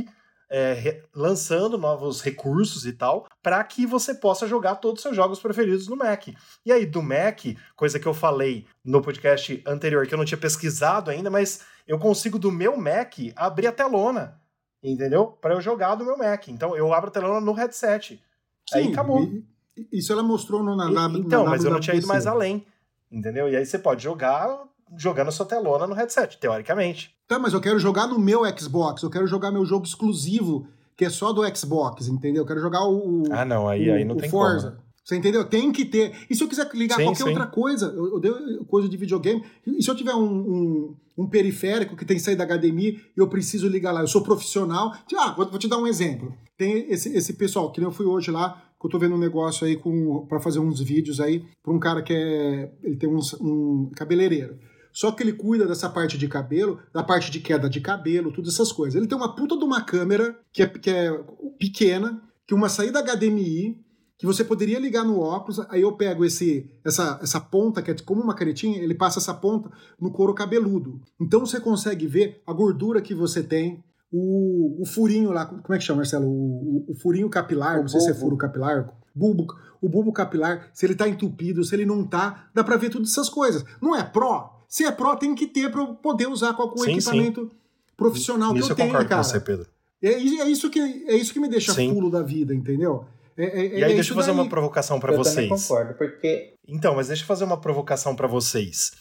lançando novos recursos e tal, para que você possa jogar todos os seus jogos preferidos no Mac. E aí, do Mac, coisa que eu falei no podcast anterior, que eu não tinha pesquisado ainda, mas eu consigo do meu Mac abrir a telona, entendeu? Para eu jogar do meu Mac. Então, eu abro a telona no headset. Sim, aí acabou. Isso ela mostrou Então, mas eu não tinha ido mais além, entendeu? E aí você pode jogar jogando a sua telona no headset, teoricamente. Tá, mas eu quero jogar no meu Xbox, eu quero jogar meu jogo exclusivo, que é só do Xbox, entendeu? Eu quero jogar não, aí não tem Forza. Como. Você entendeu? Tem que ter. E se eu quiser ligar qualquer outra coisa, eu dei coisa de videogame, e se eu tiver um periférico que tem que sair da HDMI e eu preciso ligar lá, eu sou profissional. Vou te dar um exemplo. Tem esse pessoal, que eu fui hoje lá, que eu tô vendo um negócio aí pra fazer uns vídeos aí, pra um cara que ele tem um cabeleireiro. Só que ele cuida dessa parte de cabelo, da parte de queda de cabelo, todas essas coisas. Ele tem uma puta de uma câmera que é pequena, que uma saída HDMI, que você poderia ligar no óculos, aí eu pego essa ponta, que é como uma canetinha, ele passa essa ponta no couro cabeludo. Então você consegue ver a gordura que você tem, o furinho lá, como é que chama, Marcelo? O furinho capilar, não sei se é furo capilar, o bulbo capilar, se ele tá entupido, se ele não tá, dá pra ver todas essas coisas. Não é Pro? Se é Pro, tem que ter pra eu poder usar com algum equipamento profissional que eu tenho, cara. Com você, Pedro. É isso que me deixa fulo da vida, entendeu? E aí deixa eu fazer uma provocação pra vocês. Eu também concordo, porque... Então, mas deixa eu fazer uma provocação pra vocês.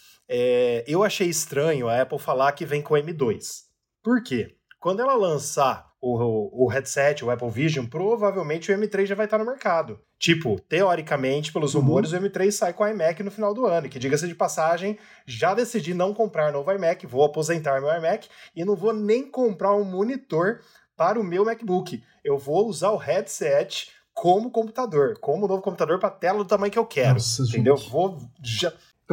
Eu achei estranho a Apple falar que vem com o M2. Por quê? Quando ela lançar o headset, o Apple Vision, provavelmente o M3 já vai estar no mercado. Tipo, teoricamente, pelos rumores, o M3 sai com o iMac no final do ano. E que, diga-se de passagem, já decidi não comprar novo iMac, vou aposentar meu iMac e não vou nem comprar um monitor para o meu MacBook. Eu vou usar o headset como computador, como novo computador para tela do tamanho que eu quero. Nossa, entendeu? Gente. Já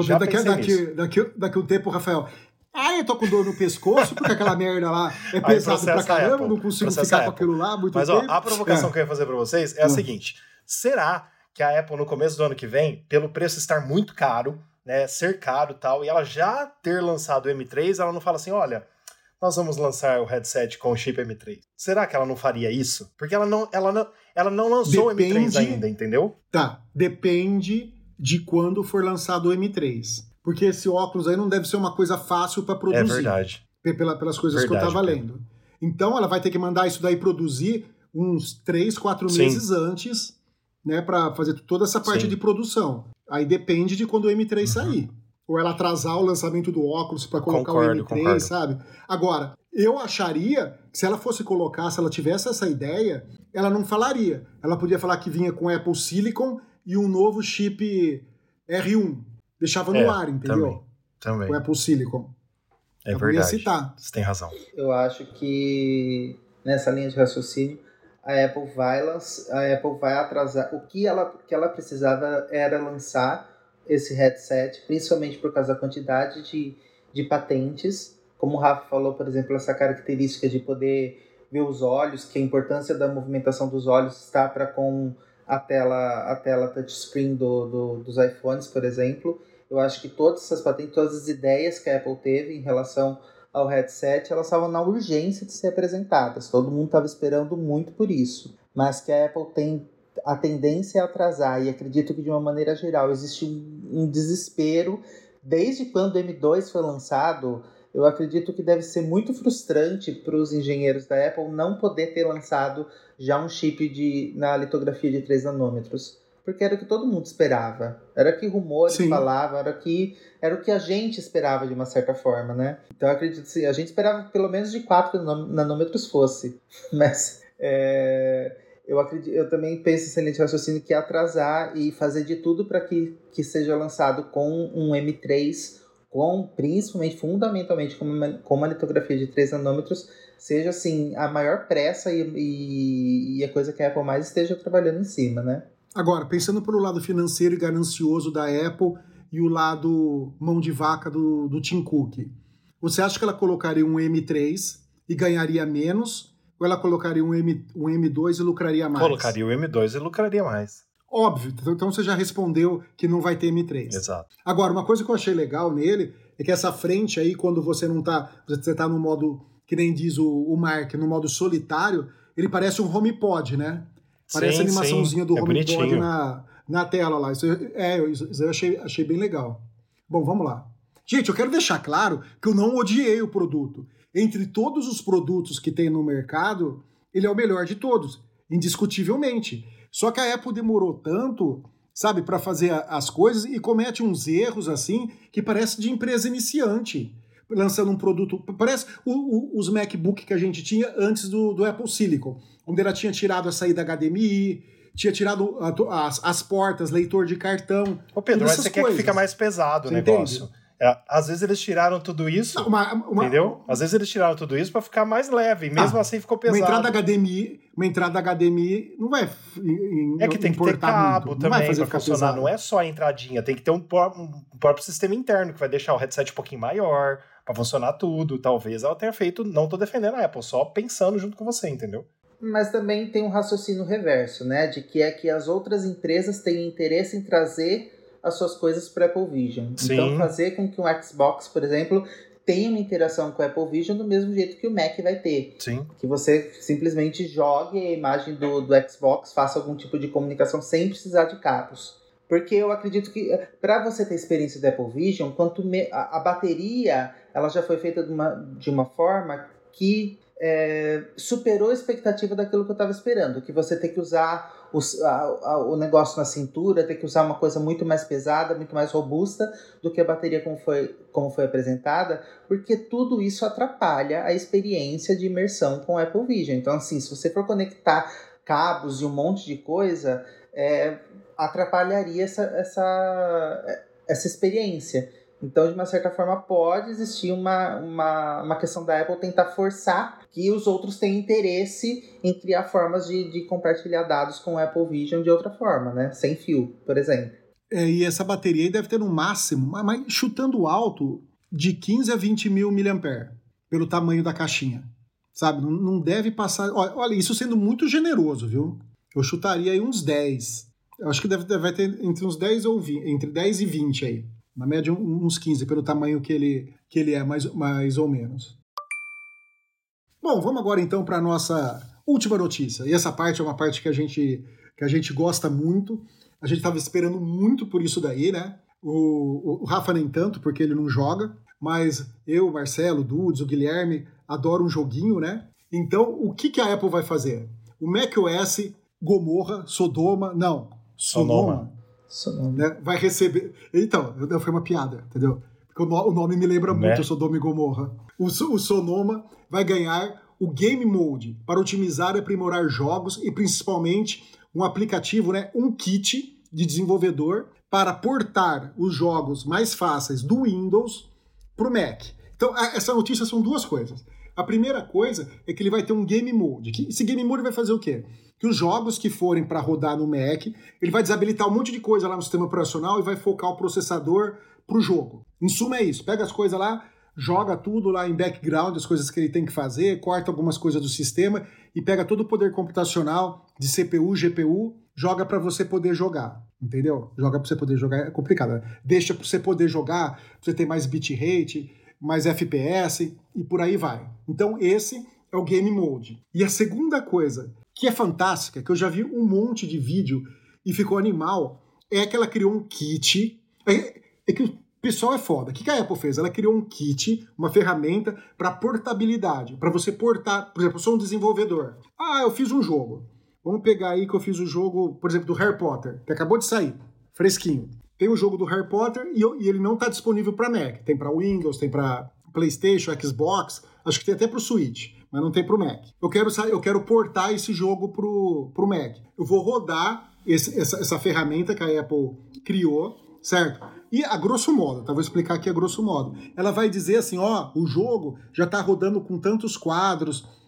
daqui um tempo, Rafael... eu tô com dor no pescoço, porque aquela merda lá é pesado pra caramba, não consigo ficar com aquilo lá muito tempo. Mas, a provocação que eu ia fazer pra vocês é a seguinte. Será que a Apple, no começo do ano que vem, pelo preço estar muito caro, né, ser caro e tal, e ela já ter lançado o M3, ela não fala assim, olha, nós vamos lançar o headset com o chip M3. Será que ela não faria isso? Porque ela não lançou o M3 ainda, entendeu? Tá, depende de quando for lançado o M3. Porque esse óculos aí não deve ser uma coisa fácil para produzir. É verdade. Pelas coisas que eu tava lendo. Então ela vai ter que mandar isso daí produzir uns 3, 4 meses antes, né, para fazer toda essa parte de produção. Aí depende de quando o M3 sair. Ou ela atrasar o lançamento do óculos para colocar o M3, sabe? Agora, eu acharia que se ela fosse colocar, se ela tivesse essa ideia, ela não falaria. Ela podia falar que vinha com Apple Silicon e um novo chip R1. Deixava no ar, entendeu? Também. O Apple Silicon. É verdade. Citar. Você tem razão. Eu acho que nessa linha de raciocínio a Apple vai atrasar. O que ela precisava era lançar esse headset, principalmente por causa da quantidade de patentes. Como o Rafa falou, por exemplo, essa característica de poder ver os olhos, que a importância da movimentação dos olhos está para com a tela touchscreen dos iPhones, por exemplo. Eu acho que todas essas patentes, todas as ideias que a Apple teve em relação ao headset, elas estavam na urgência de ser apresentadas. Todo mundo estava esperando muito por isso. Mas que a Apple tem a tendência a atrasar, e acredito que de uma maneira geral existe um desespero. Desde quando o M2 foi lançado, eu acredito que deve ser muito frustrante para os engenheiros da Apple não poder ter lançado já um chip na litografia de 3 nanômetros. Porque era o que todo mundo esperava. Era o que rumores falavam, era o que a gente esperava de uma certa forma, né? Então eu acredito que a gente esperava que pelo menos de 4 nanômetros fosse. Mas eu também penso nesse excelente raciocínio que é atrasar e fazer de tudo para que seja lançado com um M3, principalmente, fundamentalmente, com uma litografia de 3 nanômetros, seja assim, a maior pressa e a coisa que a Apple mais esteja trabalhando em cima, né? Agora, pensando pelo lado financeiro e ganancioso da Apple e o lado mão de vaca do Tim Cook, você acha que ela colocaria um M3 e ganharia menos? Ou ela colocaria um M2 e lucraria mais? Colocaria o M2 e lucraria mais. Óbvio, então você já respondeu que não vai ter M3. Exato. Agora, uma coisa que eu achei legal nele é que essa frente aí, quando você não tá, você tá no modo, que nem diz o Mark, no modo solitário, ele parece um HomePod, né? Parece a animaçãozinha do HomePod na tela lá. Isso eu achei bem legal. Bom, vamos lá. Gente, eu quero deixar claro que eu não odiei o produto. Entre todos os produtos que tem no mercado, ele é o melhor de todos, indiscutivelmente. Só que a Apple demorou tanto, sabe, para fazer as coisas e comete uns erros assim que parece de empresa iniciante, lançando um produto. Parece os MacBook que a gente tinha antes do Apple Silicon, onde ela tinha tirado a saída HDMI, tinha tirado as portas, leitor de cartão. Ô Pedro, mas você quer que fica mais pesado o negócio. Entende? Às vezes eles tiraram tudo isso, entendeu? Às vezes eles tiraram tudo isso para ficar mais leve, e mesmo assim ficou pesado. Uma entrada HDMI não vai É que tem que ter cabo muito. Também para funcionar, pesado. Não é só a entradinha, tem que ter um próprio sistema interno que vai deixar o headset um pouquinho maior para funcionar tudo. Talvez ela tenha feito, não tô defendendo a Apple, só pensando junto com você, entendeu? Mas também tem um raciocínio reverso, né? De que é que as outras empresas têm interesse em trazer as suas coisas para Apple Vision. Sim. Então fazer com que um Xbox, por exemplo, tenha uma interação com o Apple Vision do mesmo jeito que o Mac vai ter. Sim. Que você simplesmente jogue a imagem do Xbox, faça algum tipo de comunicação sem precisar de cabos. Porque eu acredito que para você ter experiência do Apple Vision, a bateria ela já foi feita de uma forma que superou a expectativa daquilo que eu estava esperando, que você tem que usar o negócio na cintura, tem que usar uma coisa muito mais pesada, muito mais robusta do que a bateria como foi apresentada, porque tudo isso atrapalha a experiência de imersão com o Apple Vision. Então, assim, se você for conectar cabos e um monte de coisa, atrapalharia essa experiência. Então, de uma certa forma, pode existir uma questão da Apple tentar forçar que os outros tenham interesse em criar formas de compartilhar dados com o Apple Vision de outra forma, né? Sem fio, por exemplo. E essa bateria aí deve ter no máximo, mas chutando alto, de 15 a 20 mil mAh, pelo tamanho da caixinha. Sabe? Não deve passar... Olha, isso sendo muito generoso, viu? Eu chutaria aí uns 10. Eu acho que vai ter entre uns 10 ou 20, entre 10 e 20 aí. Na média, uns 15, pelo tamanho que ele é, mais ou menos. Bom, vamos agora então para a nossa última notícia. E essa parte é uma parte que a gente gosta muito. A gente estava esperando muito por isso daí, né? O Rafa nem tanto, porque ele não joga. Mas eu, o Marcelo, o Dudes, o Guilherme, adoram um joguinho, né? Então, o que a Apple vai fazer? O macOS Gomorra, Sonoma, né, vai receber... Então, foi uma piada, entendeu? Porque o nome me lembra muito Sodoma e Gomorra. O Sonoma vai ganhar o Game Mode para otimizar e aprimorar jogos e principalmente um aplicativo, né, um kit de desenvolvedor para portar os jogos mais fáceis do Windows para o Mac. Então, essa notícia são duas coisas. A primeira coisa é que ele vai ter um Game Mode. Esse Game Mode vai fazer o quê? Que os jogos que forem para rodar no Mac, ele vai desabilitar um monte de coisa lá no sistema operacional e vai focar o processador pro jogo. Em suma é isso, pega as coisas lá, joga tudo lá em background, as coisas que ele tem que fazer, corta algumas coisas do sistema e pega todo o poder computacional de CPU, GPU, joga para você poder jogar, entendeu? Joga para você poder jogar, é complicado, né? Deixa para você poder jogar, pra você ter mais bitrate, mais FPS e por aí vai. Então esse é o Game Mode. E a segunda coisa que é fantástica, que eu já vi um monte de vídeo e ficou animal, é que ela criou um kit. É que o pessoal é foda. O que a Apple fez? Ela criou um kit, uma ferramenta para portabilidade, para você portar. Por exemplo, eu sou um desenvolvedor. Eu fiz um jogo. Vamos pegar aí que eu fiz o jogo, por exemplo, do Harry Potter, que acabou de sair, fresquinho. Tem o jogo do Harry Potter e ele não está disponível para Mac. Tem para Windows, tem para PlayStation, Xbox, acho que tem até para o Switch, mas não tem para o Mac. Eu quero portar esse jogo pro Mac. Eu vou rodar essa ferramenta que a Apple criou, certo? E a grosso modo, vou explicar aqui a grosso modo. Ela vai dizer assim, o jogo já está rodando com tantos quadros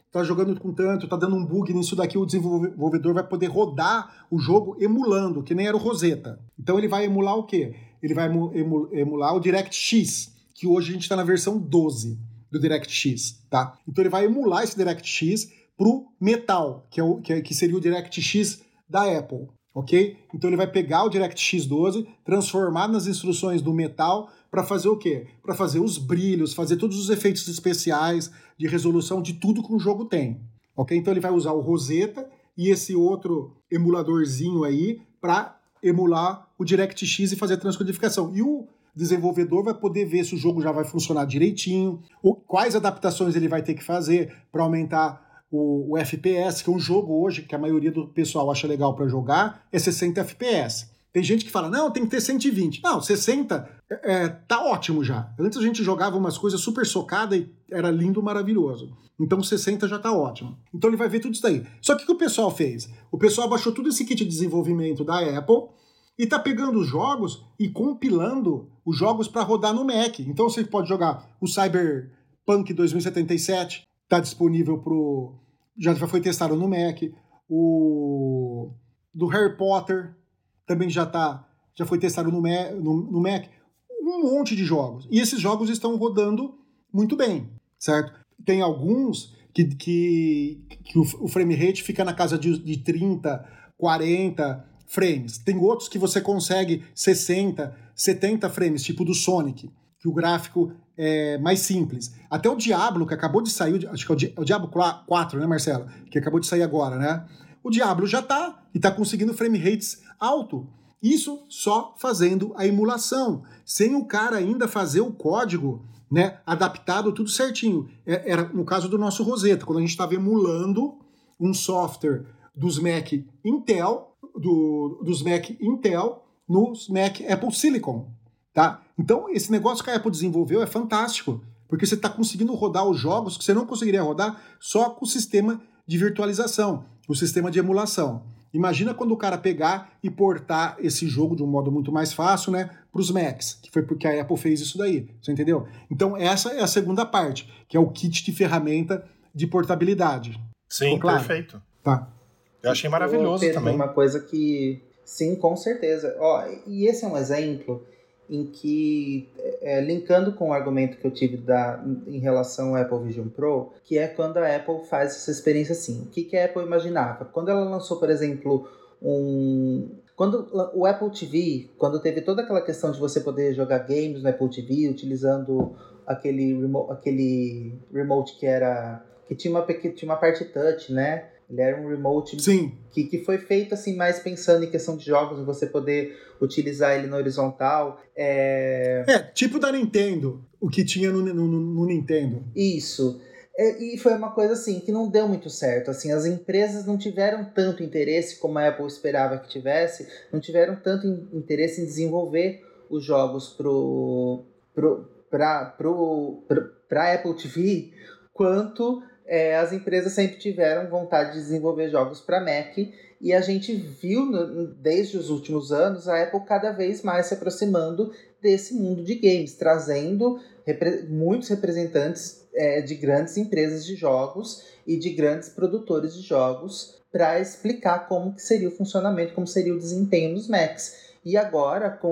tá jogando com tanto, tá dando um bug nisso daqui, o desenvolvedor vai poder rodar o jogo emulando, que nem era o Rosetta. Então ele vai emular o quê? Ele vai emular o DirectX, que hoje a gente está na versão 12 do DirectX, tá? Então ele vai emular esse DirectX pro Metal, que seria o DirectX da Apple, ok? Então ele vai pegar o DirectX 12, transformar nas instruções do Metal para fazer o quê? Para fazer os brilhos, fazer todos os efeitos especiais de resolução de tudo que um jogo tem, ok? Então ele vai usar o Rosetta e esse outro emuladorzinho aí para emular o DirectX e fazer a transcodificação. E o desenvolvedor vai poder ver se o jogo já vai funcionar direitinho, quais adaptações ele vai ter que fazer para aumentar o FPS, que é um jogo hoje que a maioria do pessoal acha legal para jogar, é 60 FPS. Tem gente que fala, não, tem que ter 120. Não, 60 tá ótimo já. Antes a gente jogava umas coisas super socadas e era lindo, maravilhoso. Então 60 já tá ótimo. Então ele vai ver tudo isso daí. Só que o que o pessoal fez? O pessoal baixou todo esse kit de desenvolvimento da Apple e tá pegando os jogos e compilando os jogos para rodar no Mac. Então você pode jogar o Cyberpunk 2077, tá disponível já foi testado no Mac. O do Harry Potter também já foi testado no Mac. Um monte de jogos. E esses jogos estão rodando muito bem, certo? Tem alguns que o frame rate fica na casa de 30, 40 frames. Tem outros que você consegue 60, 70 frames, tipo do Sonic, que o gráfico é mais simples. Até o Diablo, que acabou de sair, acho que é o Diablo 4, né, Marcelo? Que acabou de sair agora, né? O Diablo já tá conseguindo frame rates alto. Isso só fazendo a emulação, sem o cara ainda fazer o código, né, adaptado tudo certinho. Era no caso do nosso Rosetta, quando a gente estava emulando um software dos Mac Intel, dos Mac Intel nos Mac Apple Silicon, tá? Então, esse negócio que a Apple desenvolveu é fantástico, porque você está conseguindo rodar os jogos que você não conseguiria rodar só com o sistema de virtualização, o sistema de emulação. Imagina quando o cara pegar e portar esse jogo de um modo muito mais fácil, né, para os Macs, que foi porque a Apple fez isso daí, você entendeu? Então essa é a segunda parte, que é o kit de ferramenta de portabilidade. Sim, claro? Perfeito. Tá. Eu achei maravilhoso Pedro, também. Uma coisa que, sim, com certeza. Ó, e esse é um exemplo em que, linkando com o argumento que eu tive em relação ao Apple Vision Pro, que é quando a Apple faz essa experiência assim. O que a Apple imaginava? Quando ela lançou, por exemplo, quando o Apple TV, quando teve toda aquela questão de você poder jogar games no Apple TV, utilizando aquele remote que tinha uma parte touch, né? Ele era um remote Sim. Que foi feito assim, mais pensando em questão de jogos, você poder utilizar ele na horizontal. Tipo da Nintendo, o que tinha no Nintendo. Isso. E foi uma coisa assim, que não deu muito certo. Assim, as empresas não tiveram tanto interesse, como a Apple esperava que tivesse, não tiveram tanto interesse em desenvolver os jogos para Apple TV, quanto as empresas sempre tiveram vontade de desenvolver jogos para Mac, e a gente viu desde os últimos anos a Apple cada vez mais se aproximando desse mundo de games, trazendo muitos representantes de grandes empresas de jogos e de grandes produtores de jogos para explicar como que seria o funcionamento, como seria o desempenho nos Macs. E agora, com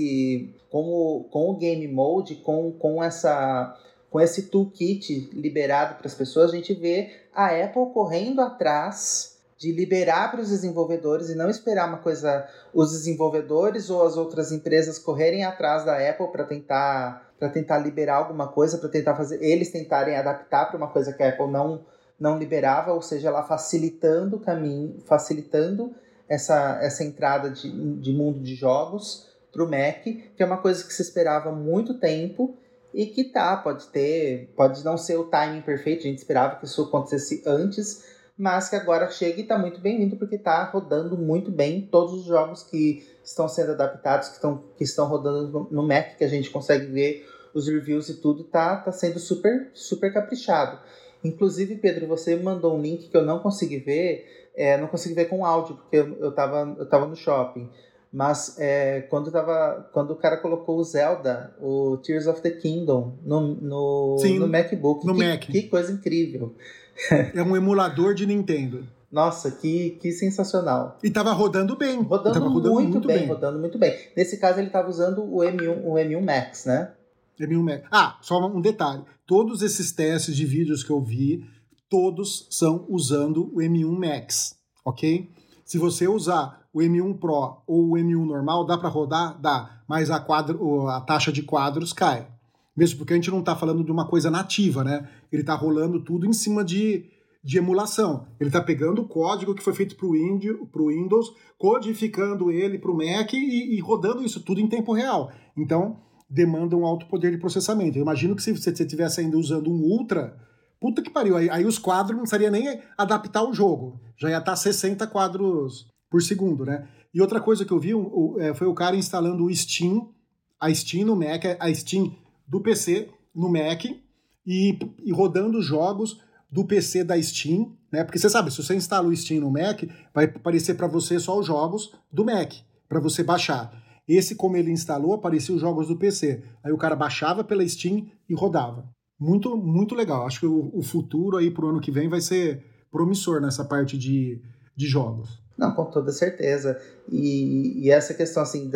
o Game Mode, com esse toolkit liberado para as pessoas, a gente vê a Apple correndo atrás de liberar para os desenvolvedores e não esperar os desenvolvedores ou as outras empresas correrem atrás da Apple para tentar liberar alguma coisa, para tentar fazer eles tentarem adaptar para uma coisa que a Apple não liberava, ou seja, ela facilitando o caminho, facilitando essa entrada de mundo de jogos para o Mac, que é uma coisa que se esperava há muito tempo. E que pode não ser o timing perfeito, a gente esperava que isso acontecesse antes, mas que agora chega e está muito bem-vindo, porque está rodando muito bem todos os jogos que estão sendo adaptados, que estão rodando no Mac, que a gente consegue ver os reviews e tudo, tá sendo super, super caprichado. Inclusive, Pedro, você me mandou um link que eu não consegui ver, com áudio, porque eu tava no shopping. Mas quando o cara colocou o Zelda, o Tears of the Kingdom, no MacBook, no Mac. Que coisa incrível. É um emulador de Nintendo. Nossa, que sensacional. E tava rodando bem. Rodando muito bem. Nesse caso, ele tava usando o M1 Max, né? M1 Max. Ah, só um detalhe. Todos esses testes de vídeos que eu vi, todos são usando o M1 Max, ok? Se você usar o M1 Pro ou o M1 normal, dá para rodar? Dá. Mas a taxa de quadros cai. Mesmo porque a gente não tá falando de uma coisa nativa, né? Ele tá rolando tudo em cima de emulação. Ele está pegando o código que foi feito para o Windows, codificando ele para o Mac e rodando isso tudo em tempo real. Então, demanda um alto poder de processamento. Eu imagino que se você estivesse ainda usando um Ultra, puta que pariu, aí os quadros não precisaria nem adaptar o jogo. Já ia estar 60 quadros por segundo, né? E outra coisa que eu vi foi o cara instalando o Steam, a Steam no Mac, a Steam do PC no Mac e rodando jogos do PC da Steam, né? Porque você sabe, se você instala o Steam no Mac, vai aparecer para você só os jogos do Mac, para você baixar. Esse, como ele instalou, aparecia os jogos do PC. Aí o cara baixava pela Steam e rodava. Muito, muito legal. Acho que o futuro aí pro ano que vem vai ser promissor nessa parte de jogos. Não, com toda certeza. E essa questão assim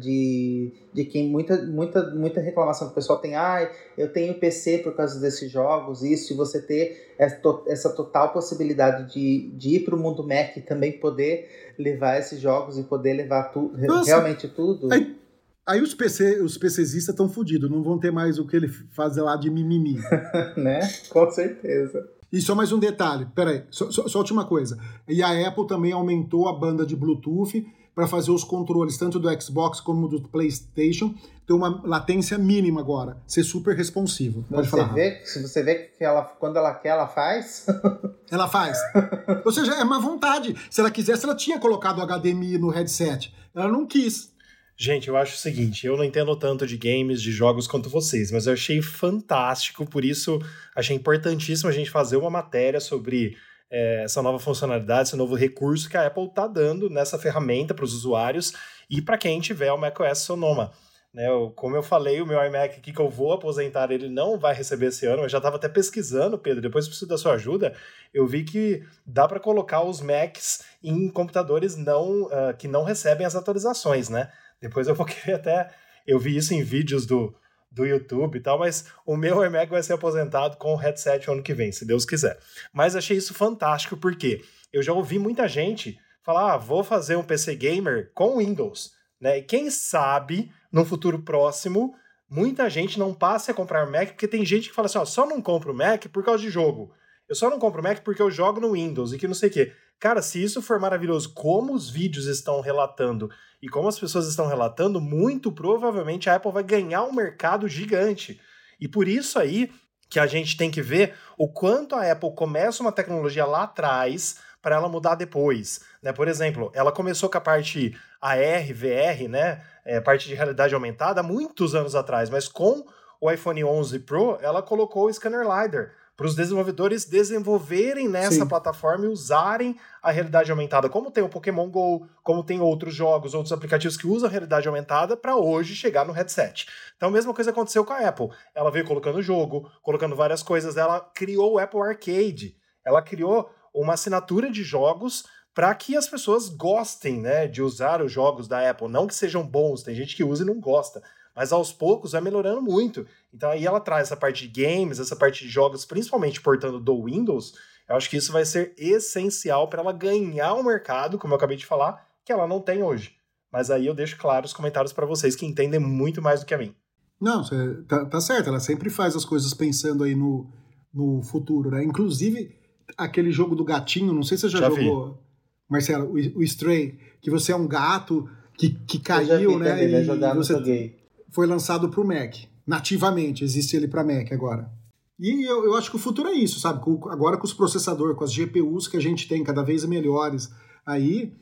de quem muita reclamação que o pessoal tem, eu tenho PC por causa desses jogos, isso, e você ter essa total possibilidade de ir para o mundo Mac e também poder levar esses jogos e poder levar realmente tudo. Aí os PCzistas estão fodidos, não vão ter mais o que ele faz lá de mimimi. Né? Com certeza. E só mais um detalhe, peraí, só última coisa. E a Apple também aumentou a banda de Bluetooth para fazer os controles, tanto do Xbox como do PlayStation, ter uma latência mínima agora, ser super responsivo. Pode falar. Se você vê que quando ela quer, ela faz. Ela faz. Ou seja, é uma vontade. Se ela quisesse, ela tinha colocado o HDMI no headset. Ela não quis. Gente, eu acho o seguinte, eu não entendo tanto de games, de jogos quanto vocês, mas eu achei fantástico, por isso achei importantíssimo a gente fazer uma matéria sobre essa nova funcionalidade, esse novo recurso que a Apple está dando nessa ferramenta para os usuários e para quem tiver o macOS Sonoma. Né, como eu falei, o meu iMac aqui que eu vou aposentar, ele não vai receber esse ano, eu já estava até pesquisando, Pedro, depois preciso da sua ajuda, eu vi que dá para colocar os Macs em computadores que não recebem as atualizações, né? Depois eu vou querer até... Eu vi isso em vídeos do YouTube e tal, mas o meu iMac vai ser aposentado com o headset o ano que vem, se Deus quiser. Mas achei isso fantástico, porque eu já ouvi muita gente falar, vou fazer um PC Gamer com Windows, né? E quem sabe, no futuro próximo, muita gente não passe a comprar Mac, porque tem gente que fala assim, só não compro Mac por causa de jogo. Eu só não compro Mac porque eu jogo no Windows e que não sei o quê. Cara, se isso for maravilhoso, como os vídeos estão relatando e como as pessoas estão relatando, muito provavelmente a Apple vai ganhar um mercado gigante. E por isso aí que a gente tem que ver o quanto a Apple começa uma tecnologia lá atrás para ela mudar depois. Né? Por exemplo, ela começou com a parte AR, VR, né? Parte de realidade aumentada, há muitos anos atrás, mas com o iPhone 11 Pro, ela colocou o Scanner LiDAR para os desenvolvedores desenvolverem nessa plataforma e usarem a realidade aumentada, como tem o Pokémon GO, como tem outros jogos, outros aplicativos que usam a realidade aumentada para hoje chegar no headset. Então a mesma coisa aconteceu com a Apple. Ela veio colocando jogo, colocando várias coisas, ela criou o Apple Arcade, ela criou uma assinatura de jogos para que as pessoas gostem, né, de usar os jogos da Apple, não que sejam bons, tem gente que usa e não gosta, mas aos poucos vai melhorando muito. Então aí ela traz essa parte de games, essa parte de jogos, principalmente portando do Windows. Eu acho que isso vai ser essencial para ela ganhar um mercado, como eu acabei de falar, que ela não tem hoje. Mas aí eu deixo claro os comentários para vocês que entendem muito mais do que a mim. Não, tá certo, ela sempre faz as coisas pensando aí no futuro, né? Inclusive, aquele jogo do gatinho, não sei se você já jogou, vi. Marcelo, o Stray, que você é um gato que caiu, né? Também, e jogar no joguei. Foi lançado para o Mac, nativamente, existe ele para Mac agora. E eu acho que o futuro é isso, sabe? Agora com os processadores, com as GPUs que a gente tem cada vez melhores, aí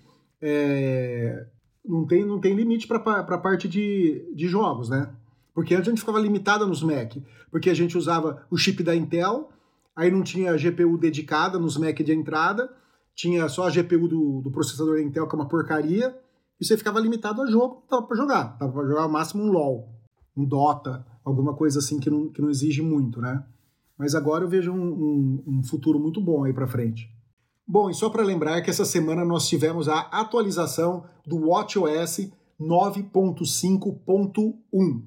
não tem limite para a parte de jogos, né? Porque antes a gente ficava limitada nos Mac, porque a gente usava o chip da Intel, aí não tinha GPU dedicada nos Mac de entrada, tinha só a GPU do processador da Intel, que é uma porcaria, e você ficava limitado a jogo, tava para jogar ao máximo um LoL, um Dota, alguma coisa assim que não exige muito, né? Mas agora eu vejo um futuro muito bom aí para frente. Bom, e só para lembrar que essa semana nós tivemos a atualização do WatchOS 9.5.1.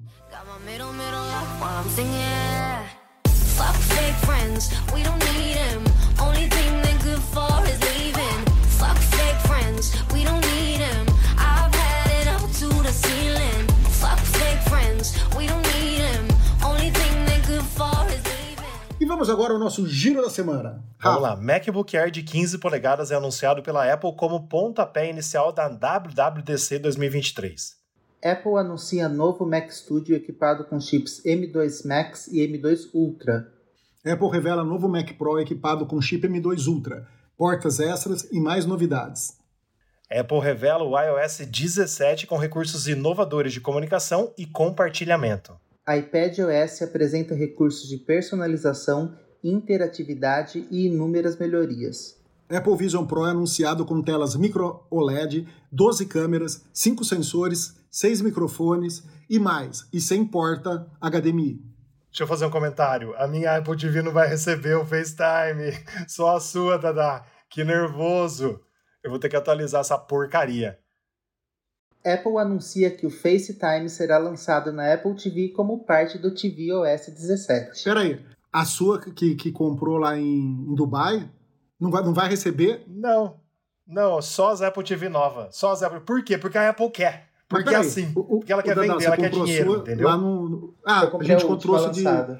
E vamos agora ao nosso giro da semana. Vamos lá, MacBook Air de 15 polegadas é anunciado pela Apple como pontapé inicial da WWDC 2023. Apple anuncia novo Mac Studio equipado com chips M2 Max e M2 Ultra. Apple revela novo Mac Pro equipado com chip M2 Ultra, portas extras e mais novidades. Apple revela o iOS 17 com recursos inovadores de comunicação e compartilhamento. iPadOS apresenta recursos de personalização, interatividade e inúmeras melhorias. Apple Vision Pro é anunciado com telas micro OLED, 12 câmeras, 5 sensores, 6 microfones e mais, e sem porta HDMI. Deixa eu fazer um comentário. A minha Apple TV não vai receber o FaceTime. Só a sua, Dada. Que nervoso. Eu vou ter que atualizar essa porcaria. Apple anuncia que o FaceTime será lançado na Apple TV como parte do tvOS 17. Peraí, a sua que comprou lá em Dubai não vai receber? Não, só as Apple TV nova. Só as Apple. Por quê? Porque a Apple quer. Porque é assim. Porque ela quer vender, ela quer dinheiro, entendeu? Lá a gente trouxe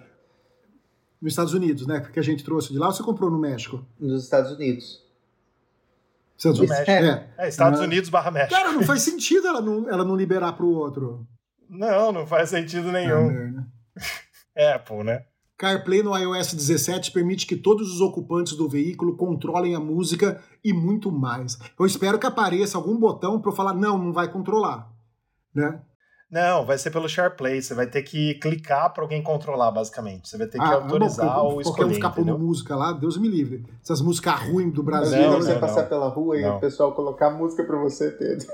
nos Estados Unidos, né? Porque a gente trouxe de lá ou você comprou no México? Nos Estados Unidos. Estados Unidos. Estados Unidos / México. Cara, não faz sentido ela não liberar pro outro. Não faz sentido nenhum. Apple, né? CarPlay no iOS 17 permite que todos os ocupantes do veículo controlem a música e muito mais. Eu espero que apareça algum botão para eu falar, não vai controlar, né? Não, vai ser pelo SharePlay. Você vai ter que clicar para alguém controlar, basicamente. Você vai ter que autorizar ou escolher, qualquer um ficar pondo música lá, Deus me livre. Essas músicas ruins do Brasil. Imagina você passar pela rua e o pessoal colocar música para você, Pedro.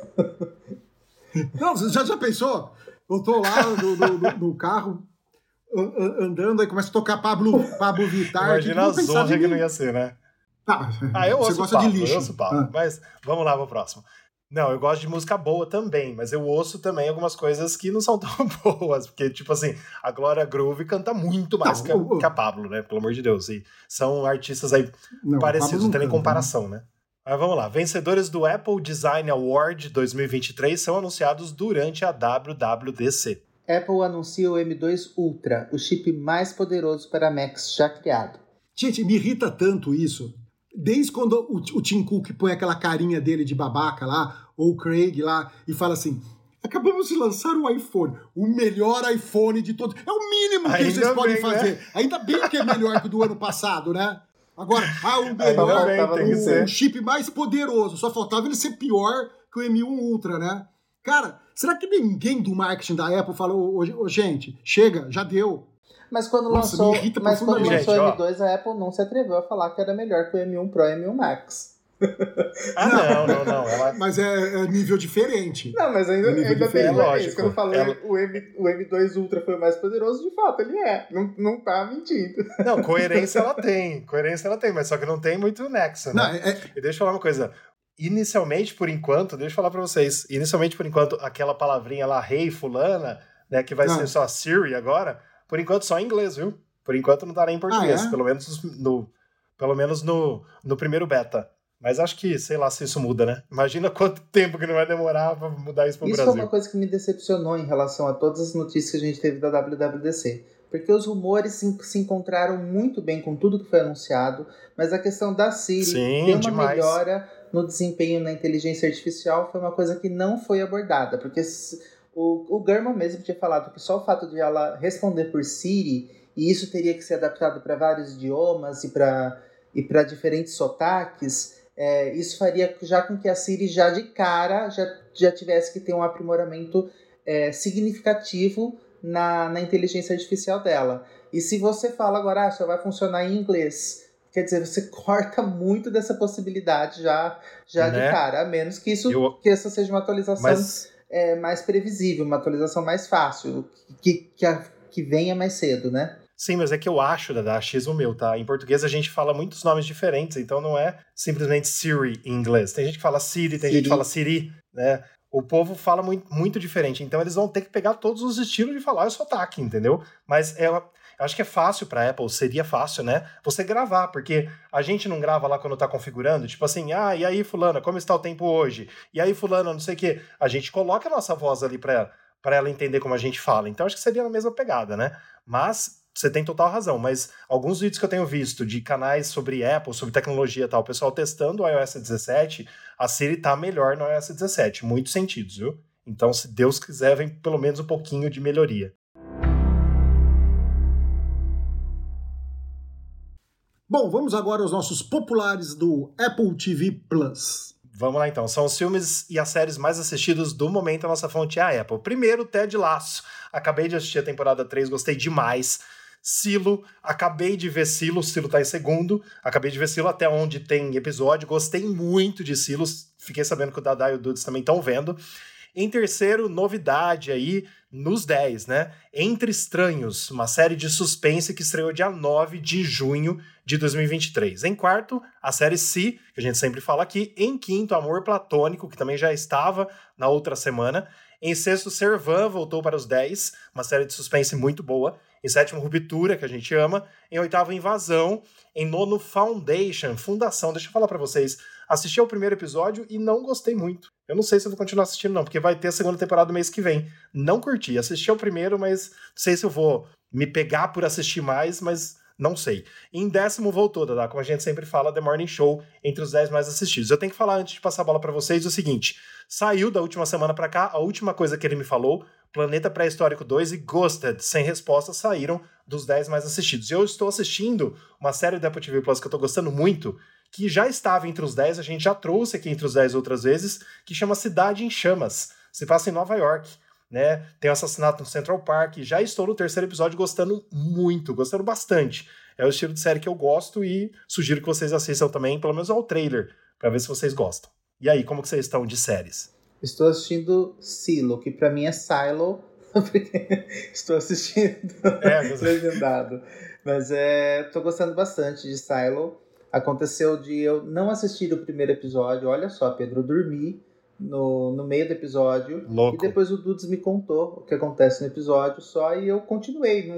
Não, você já pensou? Eu tô lá no carro, andando, aí começa a tocar Pablo Vittar. Imagina a zorra que não ia ser, né? Eu ouço você gosta Pablo, de lixo. Eu ouço Pablo, mas vamos lá pro próximo. Não, eu gosto de música boa também, mas eu ouço também algumas coisas que não são tão boas, porque, tipo assim, a Glória Groove canta muito mais que a Pablo, né? Pelo amor de Deus. E são artistas aí parecidos, não tem nem comparação, né? Mas vamos lá. Vencedores do Apple Design Award 2023 são anunciados durante a WWDC. Apple anuncia o M2 Ultra, o chip mais poderoso para Macs já criado. Gente, me irrita tanto isso. Desde quando o Tim Cook põe aquela carinha dele de babaca lá, ou o Craig lá, e fala assim, acabamos de lançar o iPhone, o melhor iPhone de todos. É o mínimo que vocês podem fazer. Né? Ainda bem que é melhor que o do ano passado, né? Agora, o melhor, o chip mais poderoso. Só faltava ele ser pior que o M1 Ultra, né? Cara, será que ninguém do marketing da Apple falou, gente, chega, já deu. Mas quando lançou o M2, a Apple não se atreveu a falar que era melhor que o M1 Pro e o M1 Max. Não. Mas é nível diferente. Não, mas ainda tem lógico. Quando eu falo o M2 Ultra foi o mais poderoso, de fato, ele é. Não tá mentindo. Não, coerência ela tem, mas só que não tem muito nexo, né? E deixa eu falar uma coisa. Inicialmente, por enquanto, aquela palavrinha lá, fulana, né, que vai ser só Siri agora, por enquanto só em inglês, viu? Por enquanto não tá nem em português, pelo menos no primeiro beta. Mas acho que, sei lá se isso muda, né? Imagina quanto tempo que não vai demorar pra mudar isso pro Brasil. Isso foi uma coisa que me decepcionou em relação a todas as notícias que a gente teve da WWDC. Porque os rumores se encontraram muito bem com tudo que foi anunciado, mas a questão da Siri ter uma melhora no desempenho na inteligência artificial foi uma coisa que não foi abordada. Porque o Gurman mesmo tinha falado que só o fato de ela responder por Siri, e isso teria que ser adaptado para vários idiomas e para diferentes sotaques, isso faria já com que a Siri já de cara já tivesse que ter um aprimoramento significativo na inteligência artificial dela. E se você fala agora, só vai funcionar em inglês, quer dizer, você corta muito dessa possibilidade já né? De cara, a menos que essa seja uma atualização mais previsível, uma atualização mais fácil, que venha mais cedo, né? Sim, mas é que eu acho, Dada, achismo meu, tá? Em português a gente fala muitos nomes diferentes, então não é simplesmente Siri em inglês. Tem gente que fala Siri, tem gente que fala Siri, né? O povo fala muito diferente, então eles vão ter que pegar todos os estilos de falar o sotaque, entendeu? Mas eu acho que é fácil pra Apple, seria fácil, né? Você gravar, porque a gente não grava lá quando tá configurando, tipo assim, e aí fulana, como está o tempo hoje? E aí fulana, não sei o quê. A gente coloca a nossa voz ali pra ela entender como a gente fala. Então acho que seria na mesma pegada, né? Mas você tem total razão, mas alguns vídeos que eu tenho visto de canais sobre Apple, sobre tecnologia e tal, o pessoal testando o iOS 17, a Siri tá melhor no iOS 17, em muitos sentidos, viu? Então, se Deus quiser, vem pelo menos um pouquinho de melhoria. Bom, vamos agora aos nossos populares do Apple TV Plus. Vamos lá então, são os filmes e as séries mais assistidos do momento, a nossa fonte é a Apple. Primeiro, Ted Lasso. Acabei de assistir a temporada 3, gostei demais. Silo, acabei de ver Silo tá em segundo. Acabei de ver Silo até onde tem episódio, gostei muito de Silo. Fiquei sabendo que o Dada e o Dudes também estão vendo. Em terceiro, novidade aí nos 10, né? Entre Estranhos, uma série de suspense que estreou dia 9 de junho de 2023. Em quarto, a série Si, que a gente sempre fala aqui. Em quinto, Amor Platônico, que também já estava na outra semana. Em sexto, Servan voltou para os 10, uma série de suspense muito boa. Em sétimo, Ruptura, que a gente ama. Em oitavo, Invasão. Em nono, Fundação. Deixa eu falar pra vocês. Assisti ao primeiro episódio e não gostei muito. Eu não sei se eu vou continuar assistindo, não, porque vai ter a segunda temporada no mês que vem. Não curti. Assisti ao primeiro, mas não sei se eu vou me pegar por assistir mais, mas não sei. Em décimo, voltou, Dada, como a gente sempre fala, The Morning Show, entre os 10 mais assistidos. Eu tenho que falar, antes de passar a bola pra vocês, o seguinte. Saiu da última semana pra cá, a última coisa que ele me falou, Planeta Pré-Histórico 2 e Ghosted, sem resposta, saíram dos 10 mais assistidos. Eu estou assistindo uma série da Apple TV Plus que eu estou gostando muito, que já estava entre os 10, a gente já trouxe aqui entre os 10 outras vezes, que chama Cidade em Chamas. Se passa em Nova York, né? Tem o assassinato no Central Park. Já estou no terceiro episódio gostando muito, gostando bastante. É o estilo de série que eu gosto e sugiro que vocês assistam também, pelo menos ao trailer, para ver se vocês gostam. E aí, como que vocês estão de séries? Estou assistindo Silo, que pra mim é Silo, porque estou assistindo legendado. Mas tô gostando bastante de Silo. Aconteceu de eu não assistir o primeiro episódio. Olha só, Pedro, eu dormi no meio do episódio. Louco. E depois o Dudes me contou o que acontece no episódio só, e eu continuei.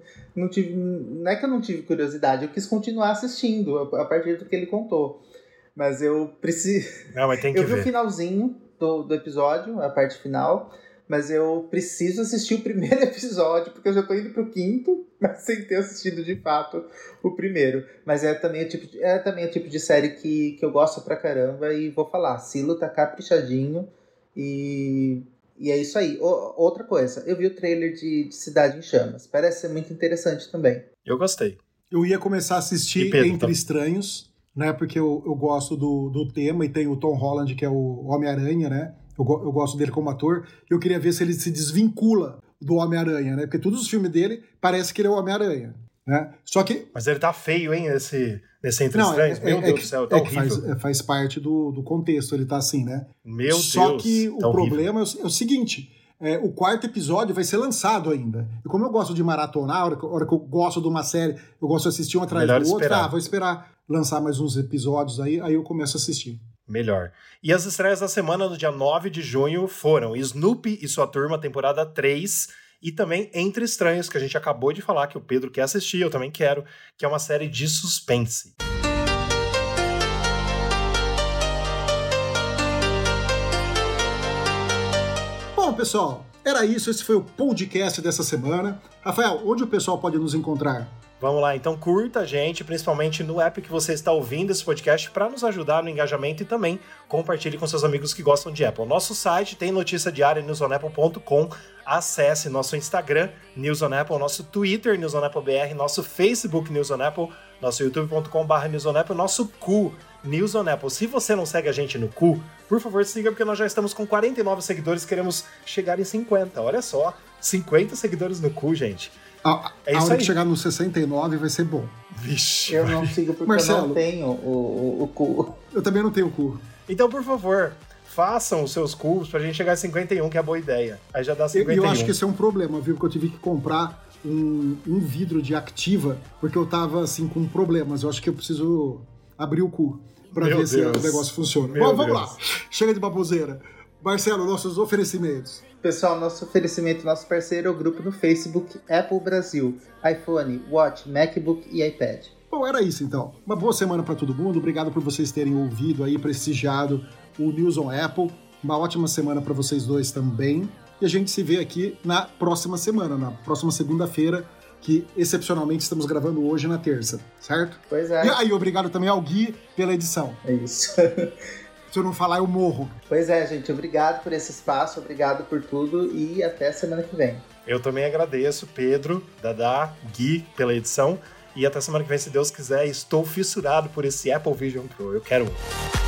Não é que eu não tive curiosidade, eu quis continuar assistindo a partir do que ele contou. Mas eu preciso... Não, mas tem que eu vi ver. O finalzinho do episódio, a parte final, mas eu preciso assistir o primeiro episódio, porque eu já tô indo pro quinto, mas sem ter assistido de fato o primeiro. Mas é também o tipo de série que eu gosto pra caramba, e vou falar, Silo tá caprichadinho, e é isso aí. Outra coisa, eu vi o trailer de Cidade em Chamas, parece ser muito interessante também. Eu gostei. Eu ia começar a assistir Pedro, Entre Estranhos, né, porque eu gosto do tema, e tem o Tom Holland, que é o Homem-Aranha, né? Eu gosto dele como ator, e eu queria ver se ele se desvincula do Homem-Aranha, né? Porque todos os filmes dele parece que ele é o Homem-Aranha, né? Só que... Mas ele tá feio, hein, nesse Entre Estranhos? Meu Deus do céu, tá horrível. Faz parte do contexto, ele tá assim, né? Meu Deus, Só que o tá problema é o seguinte... o quarto episódio vai ser lançado ainda. E como eu gosto de maratonar, a hora que eu gosto de uma série, eu gosto de assistir um atrás do outro, vou esperar lançar mais uns episódios aí eu começo a assistir. Melhor. E as estreias da semana, no dia 9 de junho, foram Snoopy e Sua Turma, temporada 3, e também Entre Estranhos, que a gente acabou de falar, que o Pedro quer assistir, eu também quero, que é uma série de suspense. Bom, pessoal, era isso. Esse foi o podcast dessa semana. Rafael, onde o pessoal pode nos encontrar? Vamos lá, então curta a gente, principalmente no app que você está ouvindo esse podcast, para nos ajudar no engajamento, e também compartilhe com seus amigos que gostam de Apple. Nosso site tem notícia diária, newsonapple.com. Acesse nosso Instagram, News on Apple, nosso Twitter, News on Apple BR, nosso Facebook, News on Apple, nosso youtube.com/, News on Apple, nosso cu, News on Apple. Se você não segue a gente no cu, por favor, siga, porque nós já estamos com 49 seguidores, queremos chegar em 50. Olha só, 50 seguidores no cu, gente. A hora que chegar nos 69 vai ser bom. Vixe. Eu não sigo porque Marcelo, eu não tenho o cu. Eu também não tenho cu. Então, por favor, façam os seus cus pra gente chegar a 51, que é a boa ideia. Aí já dá 51. Eu acho que esse é um problema, viu? Porque eu tive que comprar um vidro de Activa, porque eu tava assim com problemas. Eu acho que eu preciso abrir o cu pra ver se o negócio funciona. Bom, vamos lá. Chega de baboseira. Marcelo, nossos oferecimentos. Pessoal, nosso oferecimento, nosso parceiro é o grupo no Facebook Apple Brasil, iPhone, Watch, MacBook e iPad. Bom, era isso então. Uma boa semana para todo mundo. Obrigado por vocês terem ouvido aí, prestigiado o News on Apple. Uma ótima semana para vocês dois também. E a gente se vê aqui na próxima semana, na próxima segunda-feira, que excepcionalmente estamos gravando hoje na terça, certo? Pois é. E aí, obrigado também ao Gui pela edição. É isso. Se eu não falar, eu morro. Pois é, gente. Obrigado por esse espaço, obrigado por tudo e até semana que vem. Eu também agradeço, Pedro, Dadá, Gui, pela edição. E até semana que vem, se Deus quiser. Estou fissurado por esse Apple Vision Pro. Eu quero um.